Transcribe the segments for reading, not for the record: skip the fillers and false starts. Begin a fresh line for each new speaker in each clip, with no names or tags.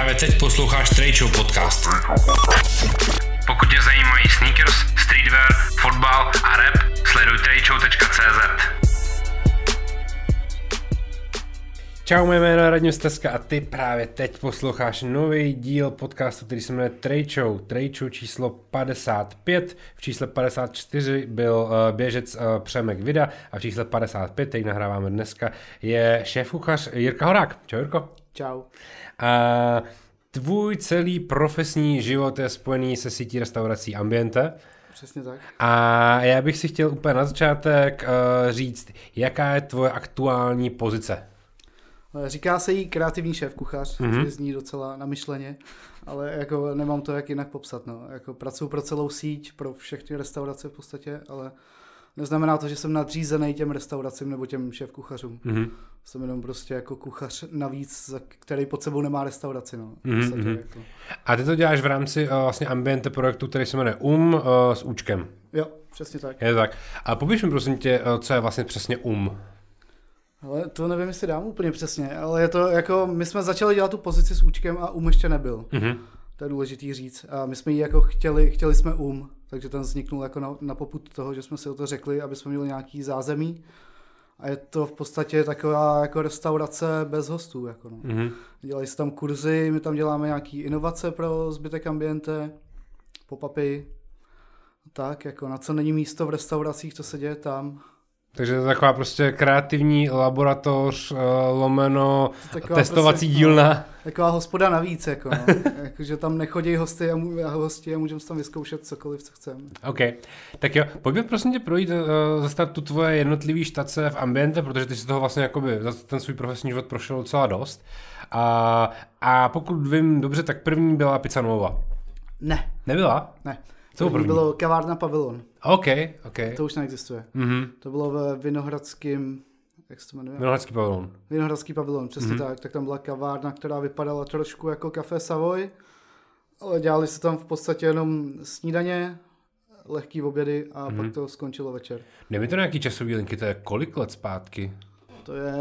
Právě teď posloucháš Trade Show podcast. Pokud tě zajímají sneakers, streetwear, fotbal a rap, sleduj tradeshow.cz. Čau, moje jméno je Radim Stezka a ty právě teď posloucháš nový díl podcastu, který se jmenuje Trade Show. Trade Show číslo 55, v čísle 54 byl běžec Přemek Vida a v čísle 55, který nahráváme dneska, je šéfkuchař Jirka Horák. Čau, Jirko.
Čau.
A tvůj celý profesní život je spojený se sítí restaurací Ambiente.
Přesně tak.
A já bych si chtěl úplně na začátek říct, jaká je tvoje aktuální pozice?
Říká se jí kreativní šéfkuchař, což zní docela namyšleně, ale jako nemám to jak jinak popsat. No. Jako pracuji pro celou síť, pro všechny restaurace v podstatě, ale neznamená to, že jsem nadřízený těm restauracím nebo těm šéfkuchařům. Jsem jenom prostě jako kuchař navíc, který pod sebou nemá restauraci. No. Jako.
A ty to děláš v rámci vlastně Ambiente projektu, který se jmenuje s účkem.
Jo, přesně tak.
Je to tak. A popiš mi prosím tě, co je vlastně přesně
Ale to nevím, jestli dám úplně přesně, ale je to jako, my jsme začali dělat tu pozici s účkem a ještě nebyl. To je důležitý říct. A my jsme ji jako chtěli jsme takže ten vzniknul jako na popud toho, že jsme si o to řekli, aby jsme měli nějaký zázemí. A je to v podstatě taková jako restaurace bez hostů. Jako no. Dělají se tam kurzy, my tam děláme nějaký inovace pro zbytek Ambiente, pop-upy, tak jako na co není místo v restauracích, to se děje tam.
Takže to je taková prostě kreativní laboratoř, lomeno, testovací prostě, dílna.
Taková hospoda navíc, jako no. Jako, že tam nechodí hosti a můžeme tam vyzkoušet cokoliv, co chceme. OK,
tak jo, pojďme prosím tě projít za tu tvoje jednotlivý štace v Ambiente, protože ty si toho vlastně jakoby za ten svůj profesní život prošel docela dost. A pokud vím dobře, tak první byla Pizza Nuova.
Ne.
Nebyla?
Ne. To bylo kavárna Pavilon.
OK.
To už neexistuje. To bylo ve Vinohradském, jak se to jmenuje? Vinohradský pavilon, přesně tak. Tak tam byla kavárna, která vypadala trošku jako Café Savoy, ale dělali se tam v podstatě jenom snídaně, lehký obědy a pak to skončilo večer.
Nevím to nějaký časový linky, to je kolik let zpátky?
To je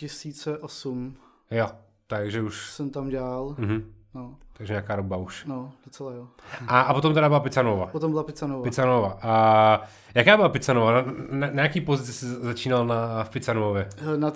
2008.
Jo, takže už...
Jsem tam dělal. No.
Takže nějaká doba už.
No, docela jo.
A potom teda byla Pizza Nuova.
Potom byla Pizza Nuova.
Pizza Nuova. A jaká byla Pizza Nuova? Na jaký pozici jsi začínal v Pizza Nuově?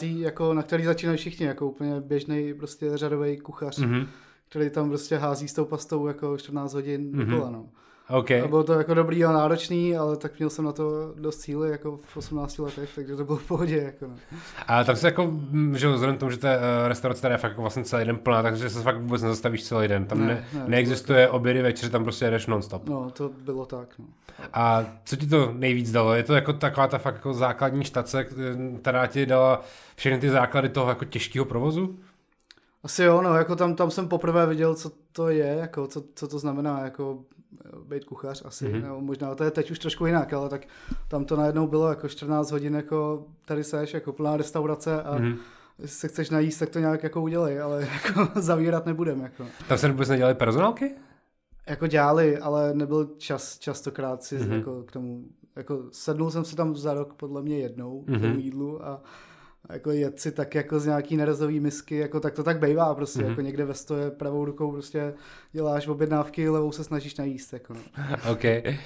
Na který začínají všichni, jako úplně běžný prostě řadový kuchař, který tam prostě hází s tou pastou jako 14 hodin dokola, no.
Okay.
A bylo to jako dobrý a náročný, ale tak měl jsem na to dost síly jako v 18 letech, takže to bylo v pohodě. Jako no.
A tam se jako, že vzhledem tomu, že ta restaurace tady je fakt jako vlastně celý den plná, takže se fakt vůbec nezastavíš celý den. Tam neexistuje obědy večer, tam prostě jedeš non-stop.
No, to bylo tak. No.
A co ti to nejvíc dalo? Je to jako taková ta fakt jako základní štace, která ti dala všechny ty základy toho jako těžkého provozu?
Asi jo, no, jako tam jsem poprvé viděl, co to je, jako co to znamená, jako být kuchař asi, nebo možná to je teď už trošku jinak, ale tak tam to najednou bylo jako 14 hodin, jako tady seš, jako plná restaurace a jestli se chceš najíst, tak to nějak jako udělej, ale jako zavírat nebudem, jako.
Tam se vůbec nedělali personálky?
Jako dělali, ale nebyl čas častokrát si jako k tomu, jako sednul jsem si tam za rok podle mě jednou k tomu jídlu a jako jet si tak jako z nějaký nerezový misky, jako tak to tak bejvá prostě, jako někde ve stoje pravou rukou prostě děláš objednávky, levou se snažíš najíst, jako no.
OK.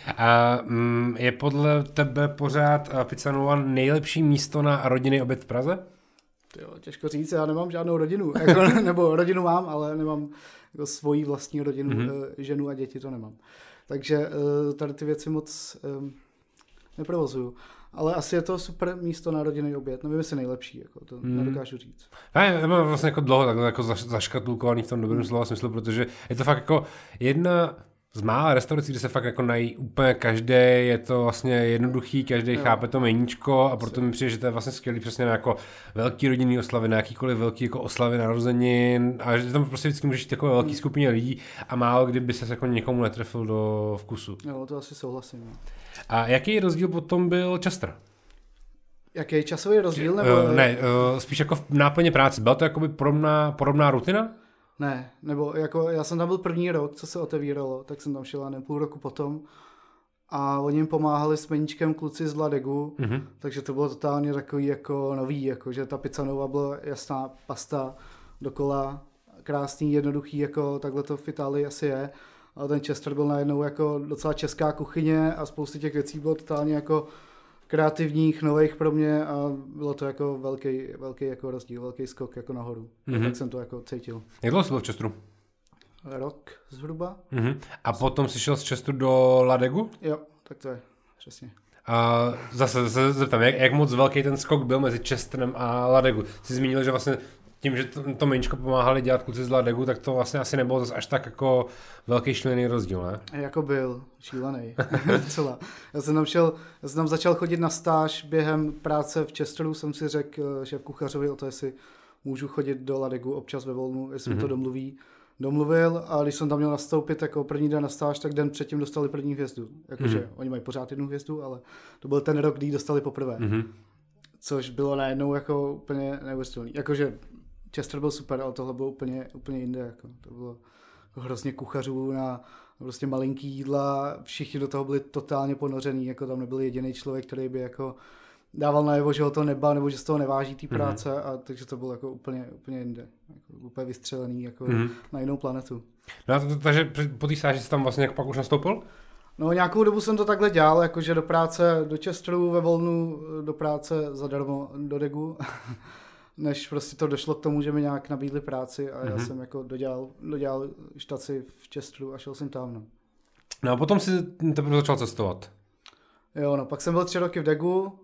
A je podle tebe pořád Pizza Nuova nejlepší místo na rodinný oběd v Praze?
Jo, těžko říct, já nemám žádnou rodinu, jako, nebo rodinu mám, ale nemám jako svoji vlastní rodinu, ženu a děti to nemám. Takže tady ty věci moc neprovozuju. Ale asi je to super místo na rodinný oběd. Nevím, jestli nejlepší, jako to nedokážu říct.
Já mám vlastně jako dlouho takhle jako zaškatulkovaný v tom dobrém slova smyslu, protože je to fakt jako jedna z mála restaurací, kde se fakt jako nají úplně každý, je to vlastně jednoduchý, každý chápe to meníčko a proto mi přijde, že to je vlastně skvělý přesně na jako velký rodinný oslavy, na jakýkoliv velký jako oslavy narozenin a že tam prostě vždycky můžeš jít takové velký skupině lidí a málo kdyby se jako někomu netrefil do vkusu.
Jo, to asi souhlasím.
A jaký rozdíl potom byl Chester?
Jaký časový rozdíl? Nebo...
Spíš jako v náplně práce. Byla to jakoby podobná rutina?
Ne, nebo jako já jsem tam byl první rok, co se otevíralo, tak jsem tam šel jen půl roku potom a oni jim pomáhali s meníčkem kluci z Ladegu, takže to bylo totálně takový jako nový, jako že ta Pizza Nuova byla jasná pasta dokola, krásný, jednoduchý, jako takhle to v Itálii asi je. A ten Chester byl najednou jako docela česká kuchyně a spousty těch věcí bylo totálně jako kreativních, nových pro mě a bylo to jako velký jako rozdíl, velký skok jako nahoru. Tak jsem to jako cítil.
Jak dlouho jsi byl v Chesteru?
Rok zhruba.
A potom jsi šel z Chesteru do Ladegu?
Jo, tak to je, přesně.
A zase se zeptám, jak moc velký ten skok byl mezi Chesterem a Ladegu? Jsi zmínil, že vlastně tím, že to meničko pomáhali dělat kluci z Ladegu, tak to vlastně asi nebylo zase až tak jako velký šílený rozdíl, ne?
Jako byl šílený, docela. Já jsem tam začal chodit na stáž během práce v Chesteru, jsem si řekl šéf kuchařovi o to, jestli můžu chodit do Ladegu občas ve volnu, jestli mi to domluvil a když jsem tam měl nastoupit jako první den na stáž, tak den předtím dostali první hvězdu. Jakože oni mají pořád jednu hvězdu, ale to byl ten rok, kdy ji dostali poprvé. Což bylo najednou jako úplně neuvěřitelný. Jakože Chester byl super, ale tohle bylo úplně jinde. Jako. To bylo hrozně kuchařů na prostě malinký jídla, všichni do toho byli totálně ponořený, jako tam nebyl jediný člověk, který by jako dával najevo, že ho to neba, nebo že z toho neváží té práce, a takže to bylo jako úplně jinde. Jako, úplně vystřelený jako na jinou planetu.
No takže po té stáži jsi tam vlastně jak pak už nastoupil?
No nějakou dobu jsem to takhle dělal, jakože do práce do Chesteru ve volnu, do práce zadarmo do Degu, než prostě to došlo k tomu, že mi nějak nabídli práci a já jsem jako dodělal štaci v Chesteru a šel jsem tam.
No a potom si teprve začal cestovat.
Jo, no pak jsem byl 3 roky v Degu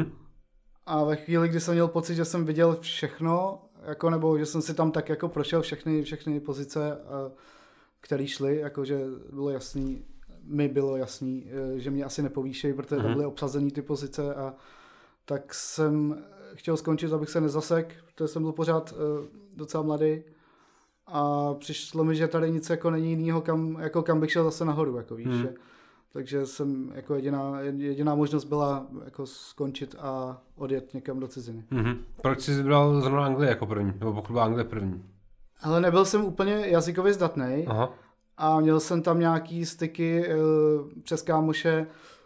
a ve chvíli, kdy jsem měl pocit, že jsem viděl všechno, jako, nebo že jsem si tam tak jako prošel všechny pozice, které šly, jakože bylo jasný, že mě asi nepovýšejí, protože tam byly obsazený ty pozice a tak jsem chtěl skončit, abych se nezasek, protože jsem byl pořád docela mladý a přišlo mi, že tady nic jako není jinýho, kam bych šel zase nahoru, jako víš, takže jsem jako jediná možnost byla jako skončit a odjet někam do ciziny.
Proč jsi vybral zrovna Anglii jako první, nebo pokud byla Anglie první?
Ale nebyl jsem úplně jazykově zdatnej a měl jsem tam nějaký styky přes kámoše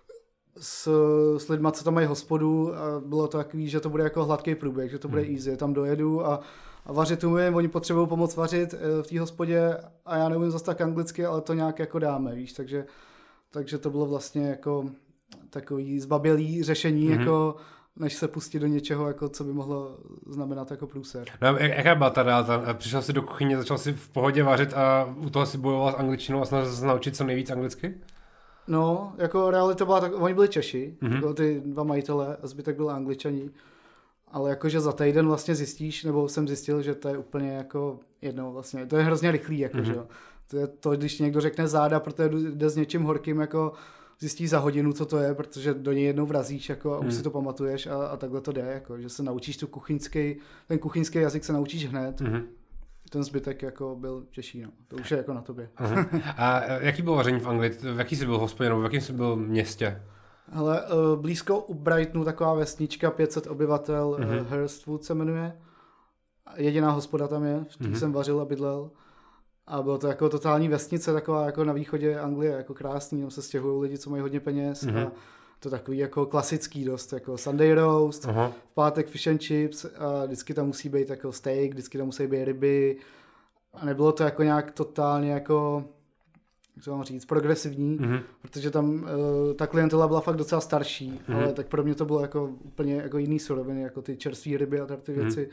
s lidma, co tam mají hospodu a bylo to takový, že to bude jako hladký průběh, že to bude easy, tam dojedu a vařit umím, oni potřebují pomoc vařit v té hospodě a já neumím zase tak anglicky, ale to nějak jako dáme, víš, takže to bylo vlastně jako takový zbabělý řešení, jako než se pustit do něčeho, jako co by mohlo znamenat jako průser.
No, jaká byla ta realita? Přišel jsi do kuchyně, začal si v pohodě vařit a u toho si bojoval s angličtinou a snažil se naučit co nejvíc anglicky?
No, jako realita byla tak, oni byli Češi, jako ty dva majitele a zbytek byl Angličani, ale jakože za týden vlastně zjistíš, nebo jsem zjistil, že to je úplně jako jedno vlastně, to je hrozně rychlý, jako, že jo. To je to, když někdo řekne záda, protože jde s něčím horkým, jako zjistíš za hodinu, co to je, protože do něj jednou vrazíš jako, a už si to pamatuješ a takhle to jde, jako, že se naučíš ten kuchyňský jazyk se naučíš hned. Ten zbytek jako byl těžší, no. To už je jako na tobě.
A jaký bylo vaření v Anglii? V jaký jsi byl hospodě, nebo v jakém jsi byl městě?
Hele, blízko u Brightonu taková vesnička, 500 obyvatel, Hurstwood se jmenuje. Jediná hospoda tam je, v které jsem vařil a bydlel. A bylo to jako totální vesnice, taková jako na východě Anglie, jako krásný, tam se stěhují lidi, co mají hodně peněz. A to takový jako klasický dost, jako Sunday roast, v pátek fish and chips a vždycky tam musí být jako steak, vždycky tam musí být ryby. A nebylo to jako nějak totálně jako, jak to mám říct, progresivní, protože tam ta klientela byla fakt docela starší, ale tak pro mě to bylo jako úplně jako jiný suroviny, jako ty čerstvé ryby a ty věci,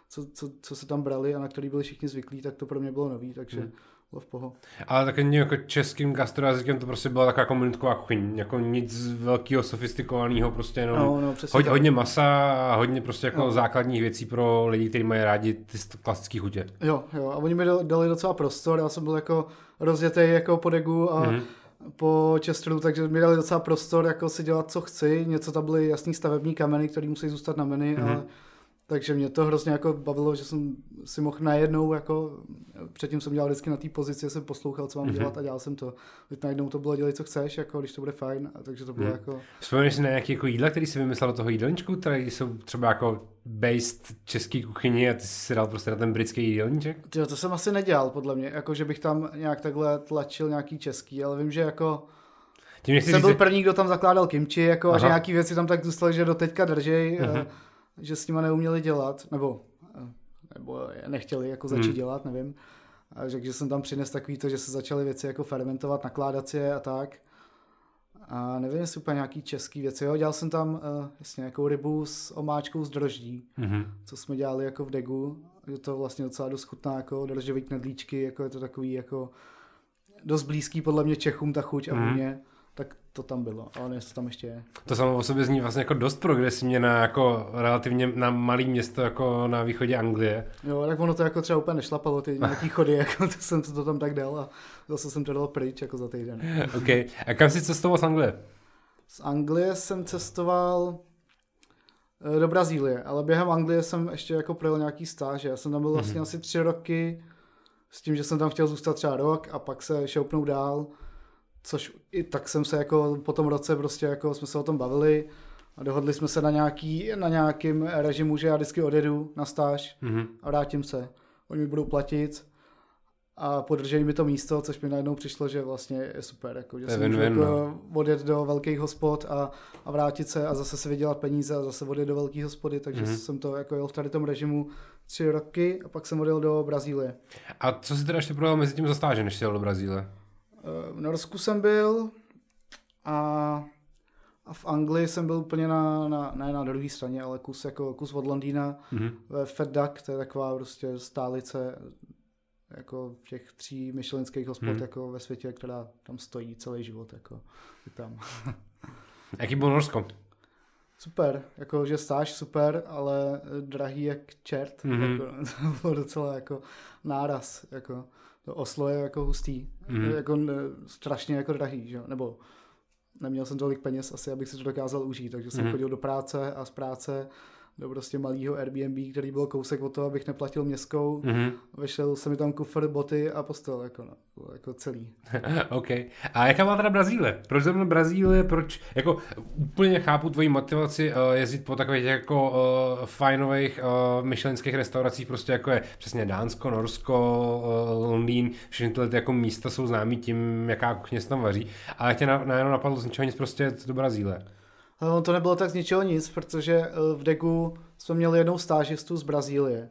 co se tam brali a na který byli všichni zvyklí, tak to pro mě bylo nový, takže bylo v poho.
Ale takovým jako českým gastrojazykem to prostě byla taková komunitková kuchyň, jako nic velkého, sofistikovaného, prostě jenom hodně masa a hodně prostě jako základních věcí pro lidi, kteří mají rádi ty klasické chutě.
Jo, a oni mi dali docela prostor, já jsem byl jako rozjetý jako po Degu a po Chesteru, takže mi dali docela prostor jako si dělat, co chci, něco tam byly jasný stavební kameny, které musí zůstat na menu, ale takže mě to hrozně jako bavilo, že jsem si mohl najednou, jako předtím jsem dělal vždycky na té pozici, jsem poslouchal, co mám dělat a dělal jsem to. Teď najednou to bylo dělej, co chceš, jako, když to bude fajn, a takže to bylo jako...
Vzpomeneš si na nějaké jako jídla, který jsi vymyslel do toho jídelníčku, které jsou třeba jako based český kuchyni a ty jsi si dal prostě na ten britský jídelníček?
To jsem asi nedělal, podle mě, jako že bych tam nějak takhle tlačil nějaký český, ale vím, že jako... Jsem byl první, kdo tam zakládal kimchi, jako, a že nějaký věci tam tak zůstaly, že do teďka držej, že s nima neuměli dělat, nebo nebo nechtěli jako začít dělat, nevím. A řekl, že jsem tam přines takový to, že se začaly věci jako fermentovat, nakládat si je a tak. A nevím, jestli úplně nějaký český věci. Jo, dělal jsem tam jasně nějakou rybu s omáčkou z droždí, co jsme dělali jako v degu. Je to vlastně docela dost chutná, jako drožďový knedlíčky, jako je to takový jako dost blízký podle mě Čechům ta chuť a vůně. Tak to tam bylo, ale jestli tam ještě je.
To samo o sobě zní vlastně jako dost progresivně na jako relativně na malý město jako na východě Anglie.
Jo, tak ono to jako třeba úplně nešlapalo, ty nějaký chody, jako to jsem to tam tak dal a zase jsem to dal pryč jako za týden.
OK. A kam jsi cestoval z Anglie?
Z Anglie jsem cestoval do Brazílie, ale během Anglie jsem ještě jako projel nějaký stáže. Já jsem tam byl vlastně asi 3 roky s tím, že jsem tam chtěl zůstat třeba rok a pak se šoupnout dál. Což i tak jsem se jako po tom roce prostě jako jsme se o tom bavili a dohodli jsme se na nějakým režimu, že já vždycky odjedu na stáž a vrátím se. Oni mi budou platit a podržejí mi to místo, což mi najednou přišlo, že vlastně je super, jako, že jsem můžu jako odjet do velkých hospod a vrátit se a zase si vydělat peníze a zase odjet do velkých hospody, takže jsem to jako jel v tady tom režimu 3 roky a pak jsem odjel do Brazílie.
A co jsi teda ještě projel mezi tím za stáže, než jsi jel do Brazílie?
V Norsku jsem byl a v Anglii jsem byl úplně ne na druhé straně, ale kus od Londýna ve Fat Duck, to je taková prostě stálice jako těch 3 michelinských hospod jako ve světě, která tam stojí celý život. Jako, tam.
Jaký byl Norsko?
Super, jako že stáž super, ale drahý jak čert. Jako, to bylo docela jako náraz. Jako. To Oslo je jako hustý, jako strašně jako drahý, že? Nebo neměl jsem tolik peněz asi, abych si to dokázal užít, takže jsem chodil do práce a z práce do prostě malého Airbnb, který byl kousek od toho, abych neplatil městskou. Vešel se mi tam kufr, boty a postel, jako celý.
OK. A jaká má teda Brazílie? Proč zrovna Brazílie? Proč, jako úplně chápu tvoji motivaci jezdit po takových jako fajnových michelinských restauracích, prostě jako je přesně Dánsko, Norsko, Londýn, všechny tyhle jako místa jsou známý tím, jaká kuchně se tam vaří. Ale jak tě najednou napadlo z ničeho nic prostě do Brazílie?
To nebylo tak z ničeho nic, protože v Degu jsme měli jednou stážistu z Brazílie,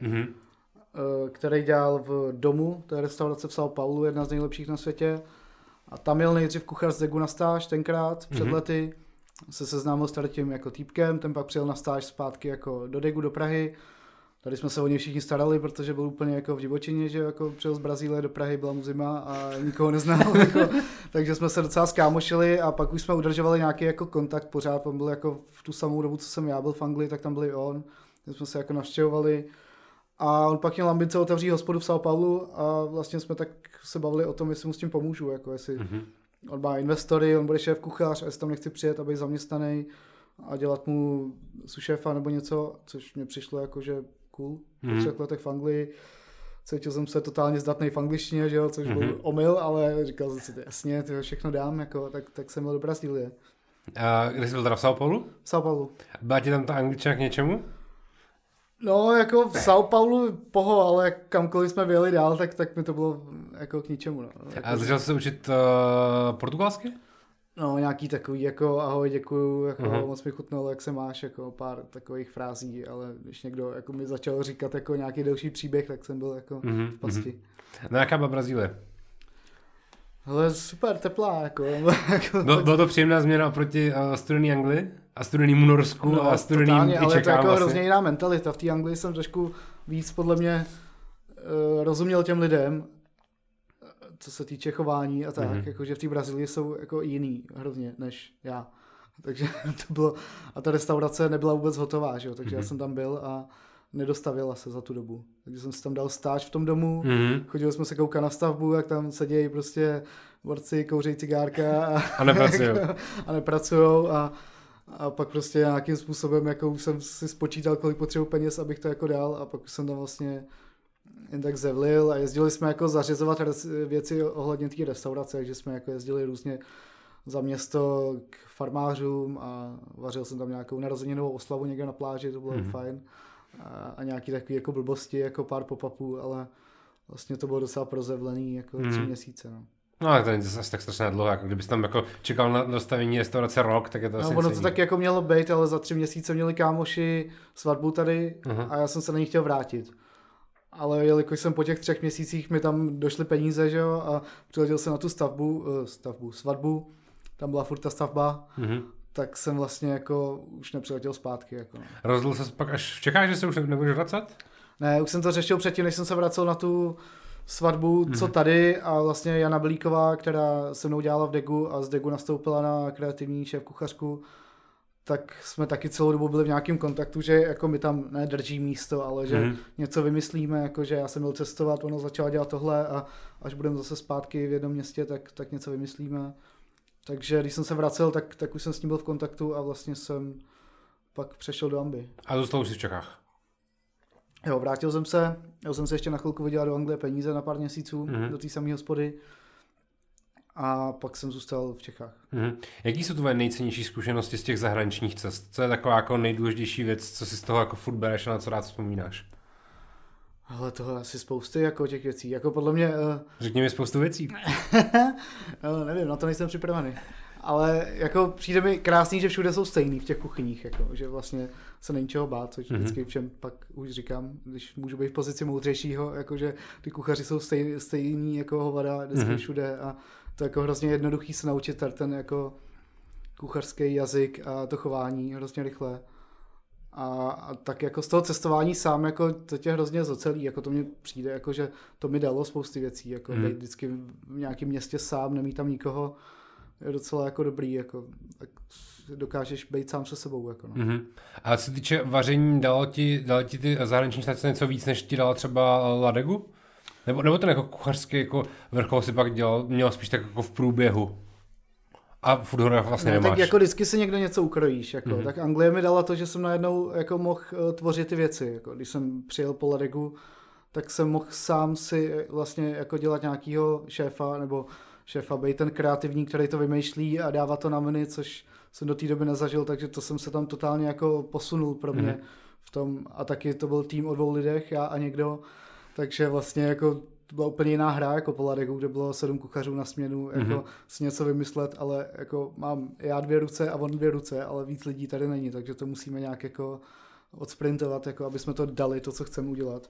který dělal v Domu, to je restaurace v São Paulo, jedna z nejlepších na světě. A tam měl nejdřív kuchař z Degu na stáž tenkrát, před lety. Se seznámil s tady tím jako týpkem, ten pak přijel na stáž zpátky jako do Degu, do Prahy. Tady jsme se o něj všichni starali, protože byl úplně jako v divočině, že jako přijel z Brazílie do Prahy, byla mu zima a nikoho neznal. Jako, takže jsme se docela skámošili a pak už jsme udržovali nějaký jako kontakt pořád. On byl jako v tu samou dobu, co jsem já byl v Anglii, tak tam byl i on. Takže jsme se jako navštěvovali. A on pak měl ambice otevřít hospodu v São Paulo a vlastně jsme tak se bavili o tom, jestli mu s tím pomůžu. Jako jestli on má investory, on bude šéf kuchař a jestli tam nechci přijet a být zaměstnaný a dělat mu sušéfa nebo něco, což mě přišlo jako, že cool. Po 3 letech v Anglii cítil jsem se totálně zdatnej v angličtině, že jo, což byl omyl, ale říkal jsem si, to jasně, to všechno dám, jako, tak jsem byl do Brazílie.
A kde jsi byl teda v São Paulo?
V São Paulo.
Byla ti tam ta angličtina k něčemu?
No, jako v São Paulo ale kamkoliv jsme vyjeli dál, tak mi to bylo jako k ničemu. No. Jako,
a začal jsi se učit portugalsky?
No, nějaký takový, jako ahoj, děkuju, jako moc mi chutnalo, jak se máš, jako pár takových frází, ale když někdo jako mi začal říkat jako nějaký delší příběh, tak jsem byl jako v pasti.
No, jaká byla Brazílie?
Hele, super teplá, jako.
Byla to příjemná změna oproti studený Anglii a studenému Norsku a studeným i
ale to je jako
vlastně.
hrozně jiná mentalita. V té Anglii jsem trošku víc podle mě rozuměl těm lidem, co se týče chování a tak, jakože v té Brazílii jsou jako jiný hrozně než já. Takže to bylo, a ta restaurace nebyla vůbec hotová, že jo? Takže já jsem tam byl a nedostavila se za tu dobu. Takže jsem si tam dal stáž v tom domu, chodili jsme se koukat na stavbu, jak tam sedějí prostě borci, kouřejí cigárka a nepracujou a pak prostě nějakým způsobem jako už jsem si spočítal, kolik potřebuji peněz, abych to jako dal a pak už jsem tam vlastně jen tak zevlil a jezdili jsme jako zařizovat věci ohledně té restaurace, takže jsme jako jezdili různě za město k farmářům a vařil jsem tam nějakou narozeninovou oslavu někde na pláži, to bylo fajn. A nějaký takový jako blbosti, jako pár pop-upů, ale vlastně to bylo docela prozevlený, jako 3 měsíce.
No ale to není zase tak strašně dlouho, jako kdybys tam jako čekal na dostavení restaurace rok, tak je to asi
ono to tak jako mělo být, ale za 3 měsíce měli kámoši svatbu tady a já jsem se na ní chtěl vrátit. Ale jelikož jsem po těch 3 měsících mi tam došly peníze, že jo, a přiletěl jsem na tu svatbu, tam byla furt ta stavba, tak jsem vlastně jako už nepřiletěl zpátky. Jako.
Rozhodl se pak až v Čechách, že se už nebudeš vracet?
Ne, už jsem to řešil předtím, než jsem se vracel na tu svatbu, co tady, a vlastně Jana Belíková, která se mnou dělala v Degu a z Degu nastoupila na kreativní šéfkuchařku, tak jsme taky celou dobu byli v nějakém kontaktu, že jako mi tam nedrží místo, ale že něco vymyslíme, jako že já jsem měl cestovat, ono začala dělat tohle a až budeme zase zpátky v jednom městě, tak něco vymyslíme. Takže když jsem se vracel, tak už jsem s ním byl v kontaktu a vlastně jsem pak přešel do Ambi.
A zůstal už jsi v Čechách?
Jo, vrátil jsem se, jel jsem se ještě na chvilku vydělat do Anglie peníze na pár měsíců do té samé hospody a pak jsem zůstal v Čechách.
Jaký jsou tvoje nejcennější zkušenosti z těch zahraničních cest? Co je taková jako nejdůležitější věc, co si z toho jako furt bereš a na co rád vzpomínáš?
Ale tohle asi spousty jako těch věcí, jako podle mě...
Řekni mi spoustu věcí.
No, nevím, na to nejsem připravený. Ale jako přijde mi krásný, že všude jsou stejný v těch kuchyních, jako, že vlastně se není čeho bát, což vždycky všem pak už říkám, když můžu být v pozici moudřejšího, jako, že ty kuchaři jsou stejný jako hovada vždycky všude a to je jako hrozně jednoduchý se naučit ten jako kuchařský jazyk a to chování hrozně rychle. A tak jako z toho cestování sám, jako to tě hrozně zocelí, jako to mi přijde, jako že to mi dalo spousty věcí, jako být vždycky v nějakém městě sám, nemít tam nikoho, je docela jako dobrý, jako tak dokážeš být sám se sebou, jako no.
A co se týče vaření, dalo ti ty zahraniční štace něco víc, než ti dala třeba Ladegu? Nebo ten jako kuchařský jako vrchol si pak měl spíš tak jako v průběhu? A furt ho vlastně nemáš.
Tak jako vždycky si někde něco ukrojíš. Jako. Tak Anglie mi dala to, že jsem najednou jako mohl tvořit ty věci. Jako. Když jsem přijel po Ladegu, tak jsem mohl sám si vlastně jako dělat nějakýho šéfa, nebo šéfa být ten kreativní, který to vymýšlí a dává to na menu, což jsem do té doby nezažil, takže to jsem se tam totálně jako posunul pro mě v tom. A taky to byl tým o 2 lidech, já a někdo. Takže vlastně jako to byla úplně jiná hra jako po Ladegu, kde bylo 7 kuchařů na směnu, jako si něco vymyslet, ale jako mám já 2 ruce a on 2 ruce, ale víc lidí tady není, takže to musíme nějak jako odsprintovat, jako aby jsme to dali, to, co chceme udělat.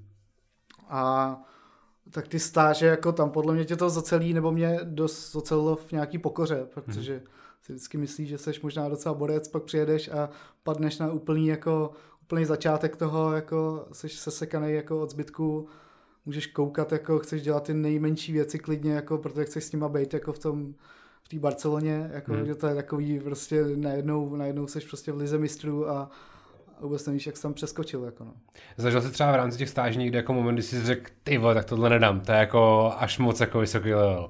A tak ty stáže, jako tam podle mě tě to zocelí, nebo mě dost zocelilo v nějaký pokoře, protože si vždycky myslíš, že seš možná docela borec, pak přijedeš a padneš na úplný začátek toho, jako seš sesekanej jako od zbytku, můžeš koukat, jako chceš dělat ty nejmenší věci klidně, jako protože chceš s nima být jako v té Barceloně, jako že to je takový prostě najednou seš prostě v lize mistrů a vůbec nevíš, jak jsi tam přeskočil, jako no.
Zažil jsi třeba v rámci těch stáží někde jako moment, kdy jsi řekl, ty vole, tak tohle nedám, to je jako až moc jako vysoký level.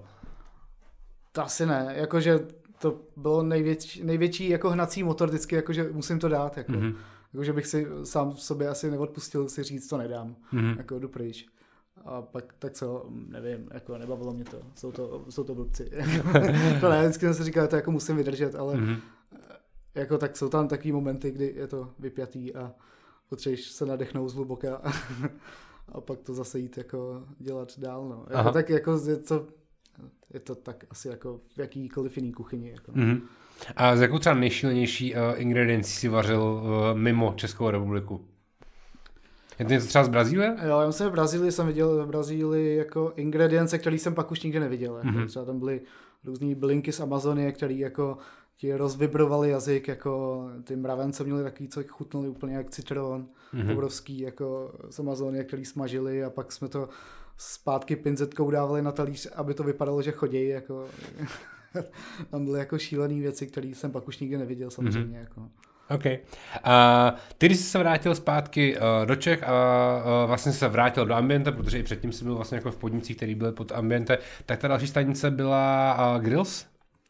To asi ne, jakože to bylo největší jako hnací motor vždycky, jakože musím to dát, jako. Jakože bych si sám sobě asi neodpustil si říct, to nedám, jako jdu pryč. A pak tak co, nevím, jako nebavilo mě to, jsou to blbci. To ne, vždycky jsem si říkal, to jako musím vydržet, ale jako tak jsou tam takový momenty, kdy je to vypjatý a potřebuješ se nadechnout zhluboka a pak to zase jít jako dělat dál, no. Jako tak jako je to tak asi jako v jakýkoliv jiný kuchyni, jako.
A z jakou třeba nejšílenější ingredienci si vařil mimo Českou republiku? Je to něco třeba z Brazílie?
Jo, já jsem viděl v Brazílii jako ingredience, které jsem pak už nikdy neviděl. Jako třeba tam byly různý bylinky z Amazonie, které jako ti rozvibrovali jazyk, jako ty mravence měli takový, co chutnali úplně jak citron, obrovský jako z Amazonie, který smažili a pak jsme to zpátky pinzetkou dávali na talíř, aby to vypadalo, že chodí, jako tam byly jako šílené věci, které jsem pak už nikdy neviděl samozřejmě, jako.
OK. Ty, když jsi se vrátil zpátky do Čech a vlastně se vrátil do Ambiente, protože i předtím jsi byl vlastně jako v podnicích, který byly pod Ambiente, tak ta další stanice byla Grills?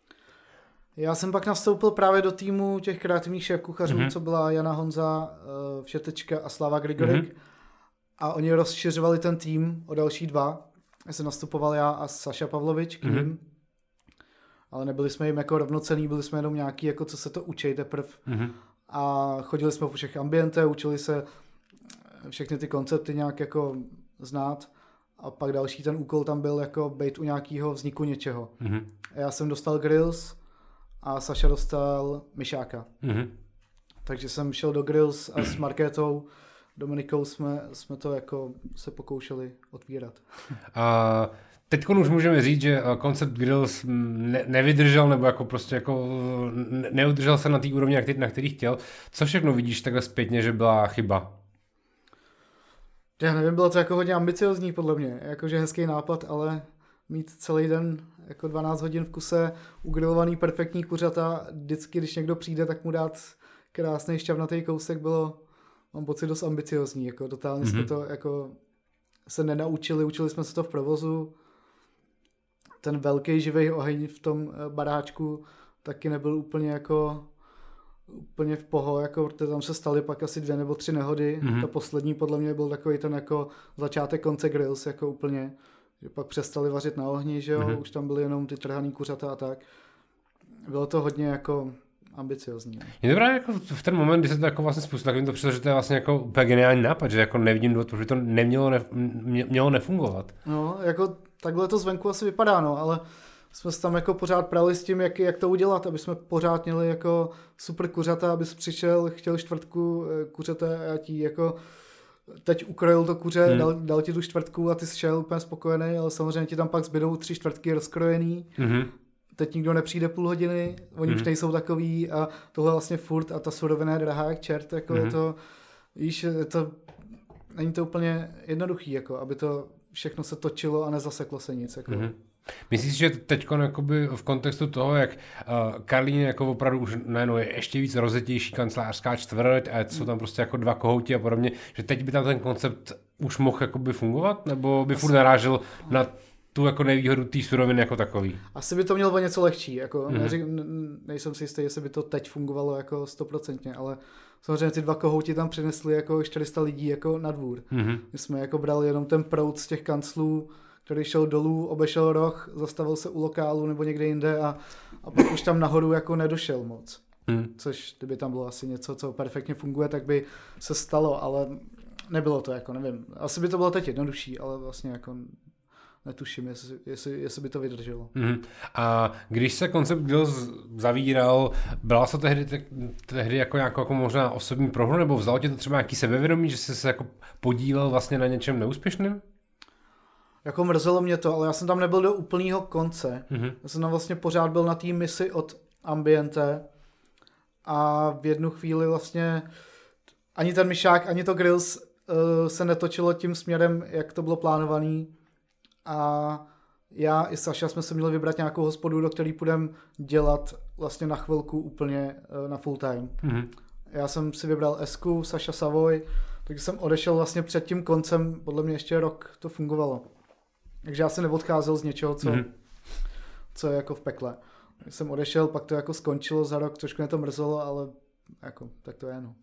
Já jsem pak nastoupil právě do týmu těch kreativních šéfkuchařů, co byla Jana Honza, Všetečka a Slava Grigorik. A oni rozšiřovali ten tým o další 2. Já jsem nastupoval já a Saša Pavlovič k ním. Ale nebyli jsme jim jako rovnocenní, byli jsme jenom nějaký, jako co se to učí teprve. A chodili jsme po všech Ambiente, učili se všechny ty koncepty nějak jako znát. A pak další ten úkol tam byl jako být u nějakého vzniku něčeho. A já jsem dostal Grills a Saša dostal Myšáka. Takže jsem šel do Grills a s Markétou Dominikou jsme to jako se pokoušeli otvírat.
A teď už můžeme říct, že Concept Grills nevydržel nebo jako prostě jako neudržel se na té úrovni, na který chtěl. Co všechno vidíš takhle zpětně, že byla chyba?
Já nevím, bylo to jako hodně ambiciozní podle mě, jakože hezký nápad, ale mít celý den jako 12 hodin v kuse ugrilovaný perfektní kuřata, vždycky, když někdo přijde, tak mu dát krásný šťavnatý kousek, bylo, mám pocit, dost ambiciozní, jako totálně jsme to jako se nenaučili, učili jsme se to v provozu. Ten velký živý oheň v tom baráčku taky nebyl úplně v poho, jako, protože tam se staly pak asi 2 nebo 3 nehody. Ta poslední podle mě byl takový ten jako začátek konce grills, jako úplně, že pak přestali vařit na ohni, že jo, už tam byly jenom ty trhaný kuřata a tak. Bylo to hodně jako ambiciozní.
Je dobré jako v ten moment, kdy se to jako vlastně spustilo, tak mi to přišlo, že to je vlastně jako úplně geniální nápad, že jako nevidím důvod, protože to mělo nefungovat.
No, jako takhle to zvenku asi vypadá, no, ale jsme se tam jako pořád prali s tím, jak to udělat, aby jsme pořád měli jako super kuřata, abys přišel, chtěl čtvrtku kuřete a ti jako teď ukrojil to kuře, dal ti tu čtvrtku a ty jsi šel úplně spokojený, ale samozřejmě ti tam pak zbydou 3 čtvrtky rozkrojený. Teď nikdo nepřijde půl hodiny, oni už nejsou takový a tohle vlastně furt a ta surovina je drahá jak čert, jako je to, víš, není to úplně jednoduchý, jako, aby to všechno se točilo a nezaseklo se nic. Jako.
Myslíš, že teď v kontextu toho, jak Karlín jako opravdu už najednou je ještě víc rozjetější kancelářská čtvrť a jsou tam prostě jako 2 kohouti a podobně, že teď by tam ten koncept už mohl jakoby fungovat, nebo by furt narážel na tu jako nevýhodu té suroviny jako takový?
Asi by to mělo o něco lehčí, jako nejsem si jistý, jestli by to teď fungovalo jako 100%, ale samozřejmě ty 2 kohouti tam přinesli jako 400 lidí jako na dvůr. My jsme jako brali jenom ten proud z těch kanclů, který šel dolů, obešel roh, zastavil se u lokálu nebo někde jinde a pak už tam nahoru jako nedošel moc. Což kdyby tam bylo asi něco, co perfektně funguje, tak by se stalo, ale nebylo to, jako nevím. Asi by to bylo teď jednodušší, ale vlastně jako netuším, jestli by to vydrželo.
A když se koncept Grills zavíral, byla to tehdy jako nějakou jako možná osobní prohru, nebo vzalo tě to třeba nějaký sebevědomí, že jsi se jako podílel vlastně na něčem neúspěšným?
Jako mrzelo mě to, ale já jsem tam nebyl do úplného konce. Já jsem tam vlastně pořád byl na té misi od Ambiente a v jednu chvíli vlastně ani ten myšák, ani to Grills se netočilo tím směrem, jak to bylo plánovaný. A já i Saša jsme se měli vybrat nějakou hospodu, do který půjdeme dělat vlastně na chvilku úplně na full time. Já jsem si vybral Esku, Saša Savoy, takže jsem odešel vlastně před tím koncem, podle mě ještě rok to fungovalo. Takže já jsem neodcházel z něčeho, co je jako v pekle. Když jsem odešel, pak to jako skončilo za rok, trošku mě to mrzelo, ale jako, tak to je, no.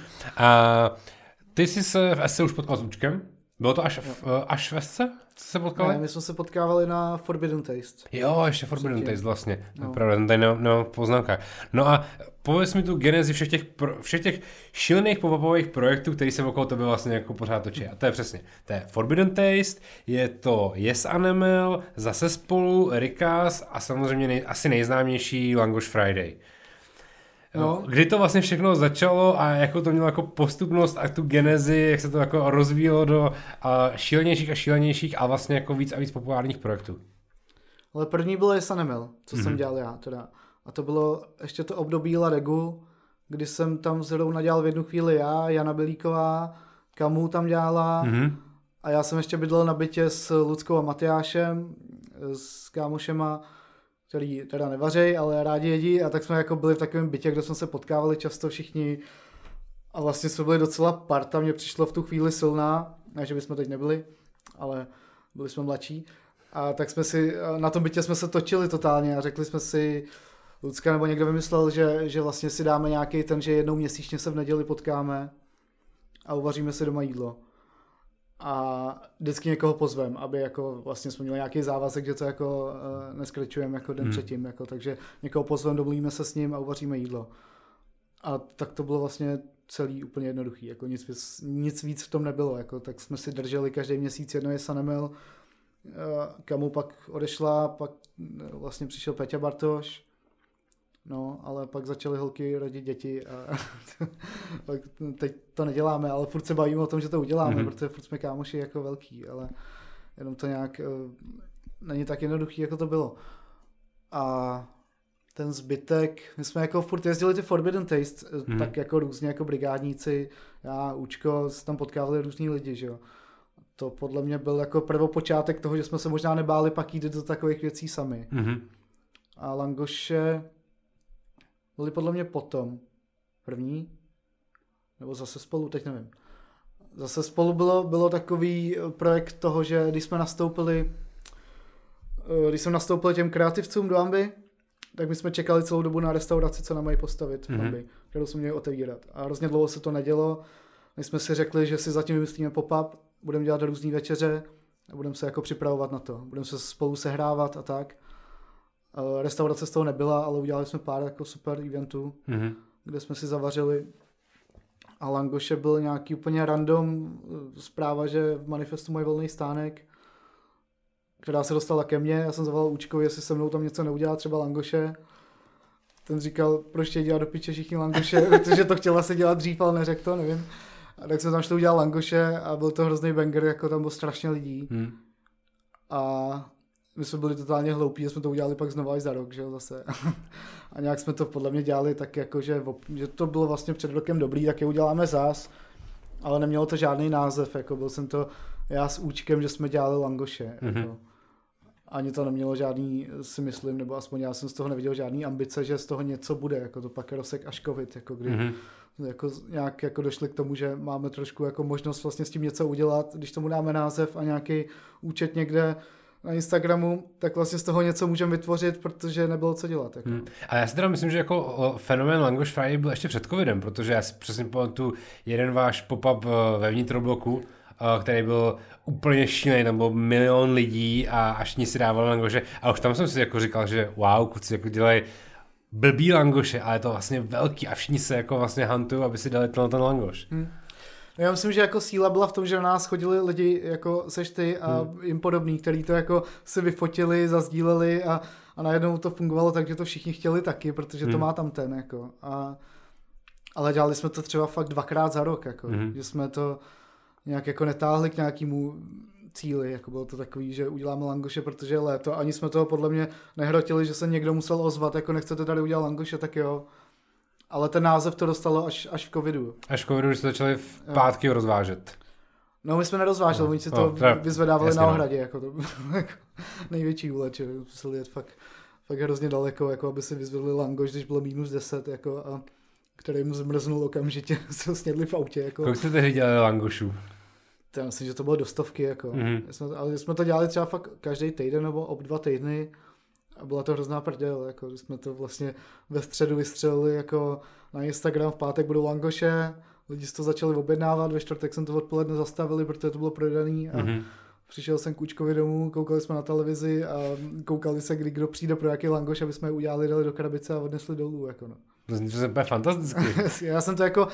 A ty jsi se v SC už potkal s Účkem? Bylo to až v SC? Se potkali?
Ne, my jsme se potkávali na Forbidden Taste.
Jo, ještě Forbidden Taste vlastně. No. Pravda, ten tady nemám v poznámkách. No a pověz mi tu genezi všech těch šílených pop-upových projektů, který se okolo tebe vlastně jako pořád točí. A to je přesně. To je Forbidden Taste, je to Yes Animal, Zase spolu, Rikas a samozřejmě asi nejznámější Langoš Friday. No. Kdy to vlastně všechno začalo a jako to mělo jako postupnost a tu genezi, jak se to jako rozvíjelo do šílenějších a šílenějších a vlastně jako víc a víc populárních projektů.
Ale první bylo Yes Animal, co jsem dělal já teda. A to bylo ještě to období La Regu, kdy jsem tam zrovna dělal v jednu chvíli já, Jana Belíková, Kamu tam dělala a já jsem ještě bydlel na bytě s Luckou a Matyášem, s kámošema, který teda nevařej, ale rádi jedí a tak jsme jako byli v takovém bytě, kde jsme se potkávali často všichni a vlastně jsme byli docela parta, mně přišlo v tu chvíli silná, ne, že bychom teď nebyli, ale byli jsme mladší a tak jsme si, na tom bytě jsme se točili totálně a řekli jsme si, Lucka nebo někdo vymyslel, že vlastně si dáme nějaký ten, že jednou měsíčně se v neděli potkáme a uvaříme si doma jídlo. A vždycky někoho pozvem, aby jako vlastně jsme měli nějaký závazek, že to jako neskrečujeme jako den předtím, jako, takže někoho pozvem, domluvíme se s ním a uvaříme jídlo. A tak to bylo vlastně celý úplně jednoduchý, jako nic víc v tom nebylo, jako, tak jsme si drželi každý měsíc jedno Yes Animal, Kamu pak odešla, pak vlastně přišel Peťa Bartoš No, ale pak začaly holky rodit děti a pak teď to neděláme, ale furt se bavíme o tom, že to uděláme, protože furt jsme kámoši jako velký, ale jenom to nějak není tak jednoduchý, jako to bylo. A ten zbytek, my jsme jako furt jezdili ty Forbidden Taste, tak jako různě jako brigádníci, já, Účko, tam potkávali různý lidi, že jo. To podle mě byl jako prvopočátek toho, že jsme se možná nebáli pak jít do takových věcí sami. A langoše byli podle mě potom první, nebo zase spolu, teď nevím. Zase spolu bylo takový projekt toho, že když jsem nastoupil těm kreativcům do Ambi, tak my jsme čekali celou dobu na restauraci, co nám mají postavit v Ambi, kterou jsme měli otevírat. A hrozně dlouho se to nedělo. My jsme si řekli, že si zatím vymyslíme pop-up, budeme dělat různý večeře a budeme se jako připravovat na to. Budeme se spolu sehrávat a tak. Restaurace z toho nebyla, ale udělali jsme pár jako super eventů, kde jsme si zavařili. A langoše byl nějaký úplně random zpráva, že v manifestu mají volný stánek, která se dostala ke mně. Já jsem zavolal Účkovi, jestli se mnou tam něco neudělá, třeba langoše. Ten říkal, proč tě dělat do piče všichni langoše, protože to chtěla se dělat dřív, ale neřekl to, nevím. A tak jsme tam šli udělat langoše a byl to hrozný banger, jako tam bylo strašně lidí. A my jsme byli totálně hloupí, že jsme to udělali pak znova i za rok, že jo, zase. A nějak jsme to podle mě dělali tak jako, že to bylo vlastně před rokem dobrý, tak je uděláme zás, ale nemělo to žádný název, jako byl jsem to já s Účkem, že jsme dělali langoše. Jako. Ani to nemělo žádný, si myslím, nebo aspoň já jsem z toho neviděl žádný ambice, že z toho něco bude, jako to pak rozsek až covid, jako kdy jako nějak jako došli k tomu, že máme trošku jako možnost vlastně s tím něco udělat, když tomu dáme název a nějaký účet někde na Instagramu, tak vlastně z toho něco můžeme vytvořit, protože nebylo co dělat. Jako.
A já si teda myslím, že jako fenomén Langoš Friday byl ještě před covidem, protože já si přesně pamatuju jeden váš pop-up ve vnitrobloku, který byl úplně šílený, tam bylo 1 milion lidí a až ní si dávali langoše a už tam jsem si jako říkal, že wow, kluci jako dělají blbý langoše, ale je to vlastně velký a všichni se jako vlastně hantují, aby si dali ten langoš.
Já myslím, že jako síla byla v tom, že na nás chodili lidi jako seš ty a jim podobný, který to jako si vyfotili, zazdíleli a najednou to fungovalo tak, že to všichni chtěli taky, protože to má tam ten jako. Ale dělali jsme to třeba fakt 2krát za rok, jako, že jsme to nějak jako netáhli k nějakému cíli, jako bylo to takový, že uděláme langoše, protože je léto, ani jsme toho podle mě nehrotili, že se někdo musel ozvat, jako nechcete tady udělat langoše, tak jo. Ale ten název to dostalo až v covidu.
Až v covidu, když se začali v pátky rozvážet.
No my jsme nerozváželi, oni si to vyzvedávali na ohradě, jako to jako největší úlet, že museli jet fakt hrozně daleko, jako aby si vyzvedli langoš, když bylo -10, jako a který mu zmrznul okamžitě, se ho snědli v autě. Jako.
Kolik jste tehdy dělali langošů?
Já myslím, že to bylo do 100, jako. Ale jsme to dělali třeba fakt každý týden nebo 2 týdny a byla to hrozná prdel, jako jsme to vlastně ve středu vystřelili jako na Instagram, v pátek budou langoše, lidi si to začali objednávat, ve čtvrtek jsem to odpoledne zastavili, protože to bylo prodaný a přišel jsem k Účkovi domů, koukali jsme na televizi a koukali se, kdo přijde pro jaký langoš, aby jsme je udělali, dali do krabice a odnesli dolů, jako no.
To je úplně fantastický.
Já jsem to jako,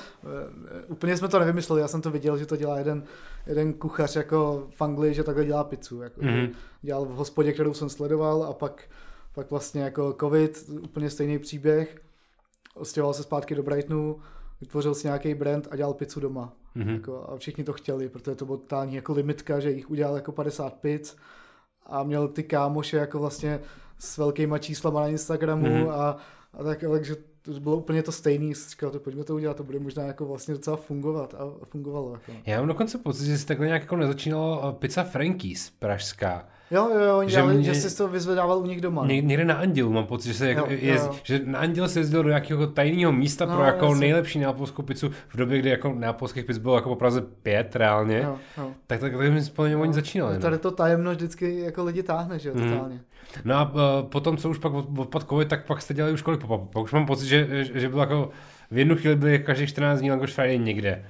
úplně jsme to nevymysleli, já jsem to viděl, že to dělá jeden kuchař jako v Anglii, že takhle dělá pizzu. Jako, dělal v hospodě, kterou jsem sledoval a pak vlastně jako covid, úplně stejný příběh, ostěhoval se zpátky do Brightonu, vytvořil si nějaký brand a dělal pizzu doma. Jako, a všichni to chtěli, protože to bylo totální jako limitka, že jich udělal jako 50 pizz a měl ty kámoše jako vlastně s velkýma číslama na Instagramu a takže to bylo úplně to stejný, říkal, to pojďme to udělat, to bude možná jako vlastně docela fungovat a fungovalo. Jako.
Já mám dokonce pocit, že si takhle nějak jako nezačínalo pizza Frankies pražská.
Jo, oni dělali, že jsi to vyzvedával u nich doma.
Někde na Andělu mám pocit, že se že na Anděl se jezdil do nějakého tajného místa pro jako nejlepší neapolskou pizzu v době, kdy jako neapolských pizz bylo jako po Praze 5 reálně. Tak mi společně oni začínali.
Tady to tajemno vždycky jako lidi táhne, že jo, totálně.
No a potom, co už pak odpad covid, tak pak jste dělali už kolik pop-up. Pak už mám pocit, že bylo jako v jednu chvíli byly každých 14 dní Langoš Friday někde.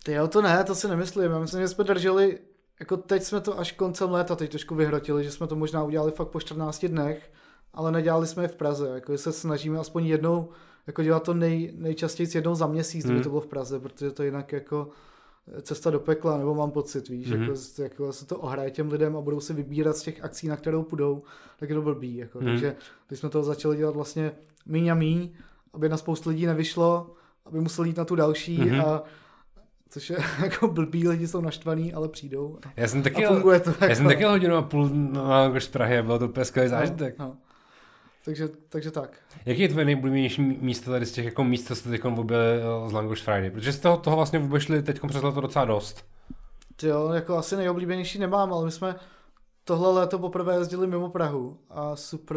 To si nemyslím. Já myslím, že jsme drželi, jako teď jsme to až koncem léta teď trošku vyhrotili, že jsme to možná udělali fakt po 14 dnech, ale nedělali jsme je v Praze. Jako se snažíme aspoň jednou, jako dělat to nejčastěji jednou za měsíc, kdyby to bylo v Praze, protože to jinak jako
cesta do pekla, nebo mám pocit, víš, jako se to ohraje těm lidem a budou si vybírat z těch akcí, na kterou půjdou, tak je to blbý, jako. Takže když jsme toho začali dělat vlastně míň a míň, aby na spoustu lidí nevyšlo, aby museli jít na tu další a což je jako blbý, lidi jsou naštvaný, ale přijdou a funguje to.
Já jsem taky hodinu a půl na z Prahy, bylo to úplně skvělý zážitek.
No. Takže tak.
Jaký je tvoje nejoblíbenější místo tady z těch jako míst, co jste teď objeli z Langoš Friday? Protože jste toho vlastně obešli teď přes leto docela dost.
Jo, jako asi nejoblíbenější nemám, ale my jsme tohle léto poprvé jezdili mimo Prahu a super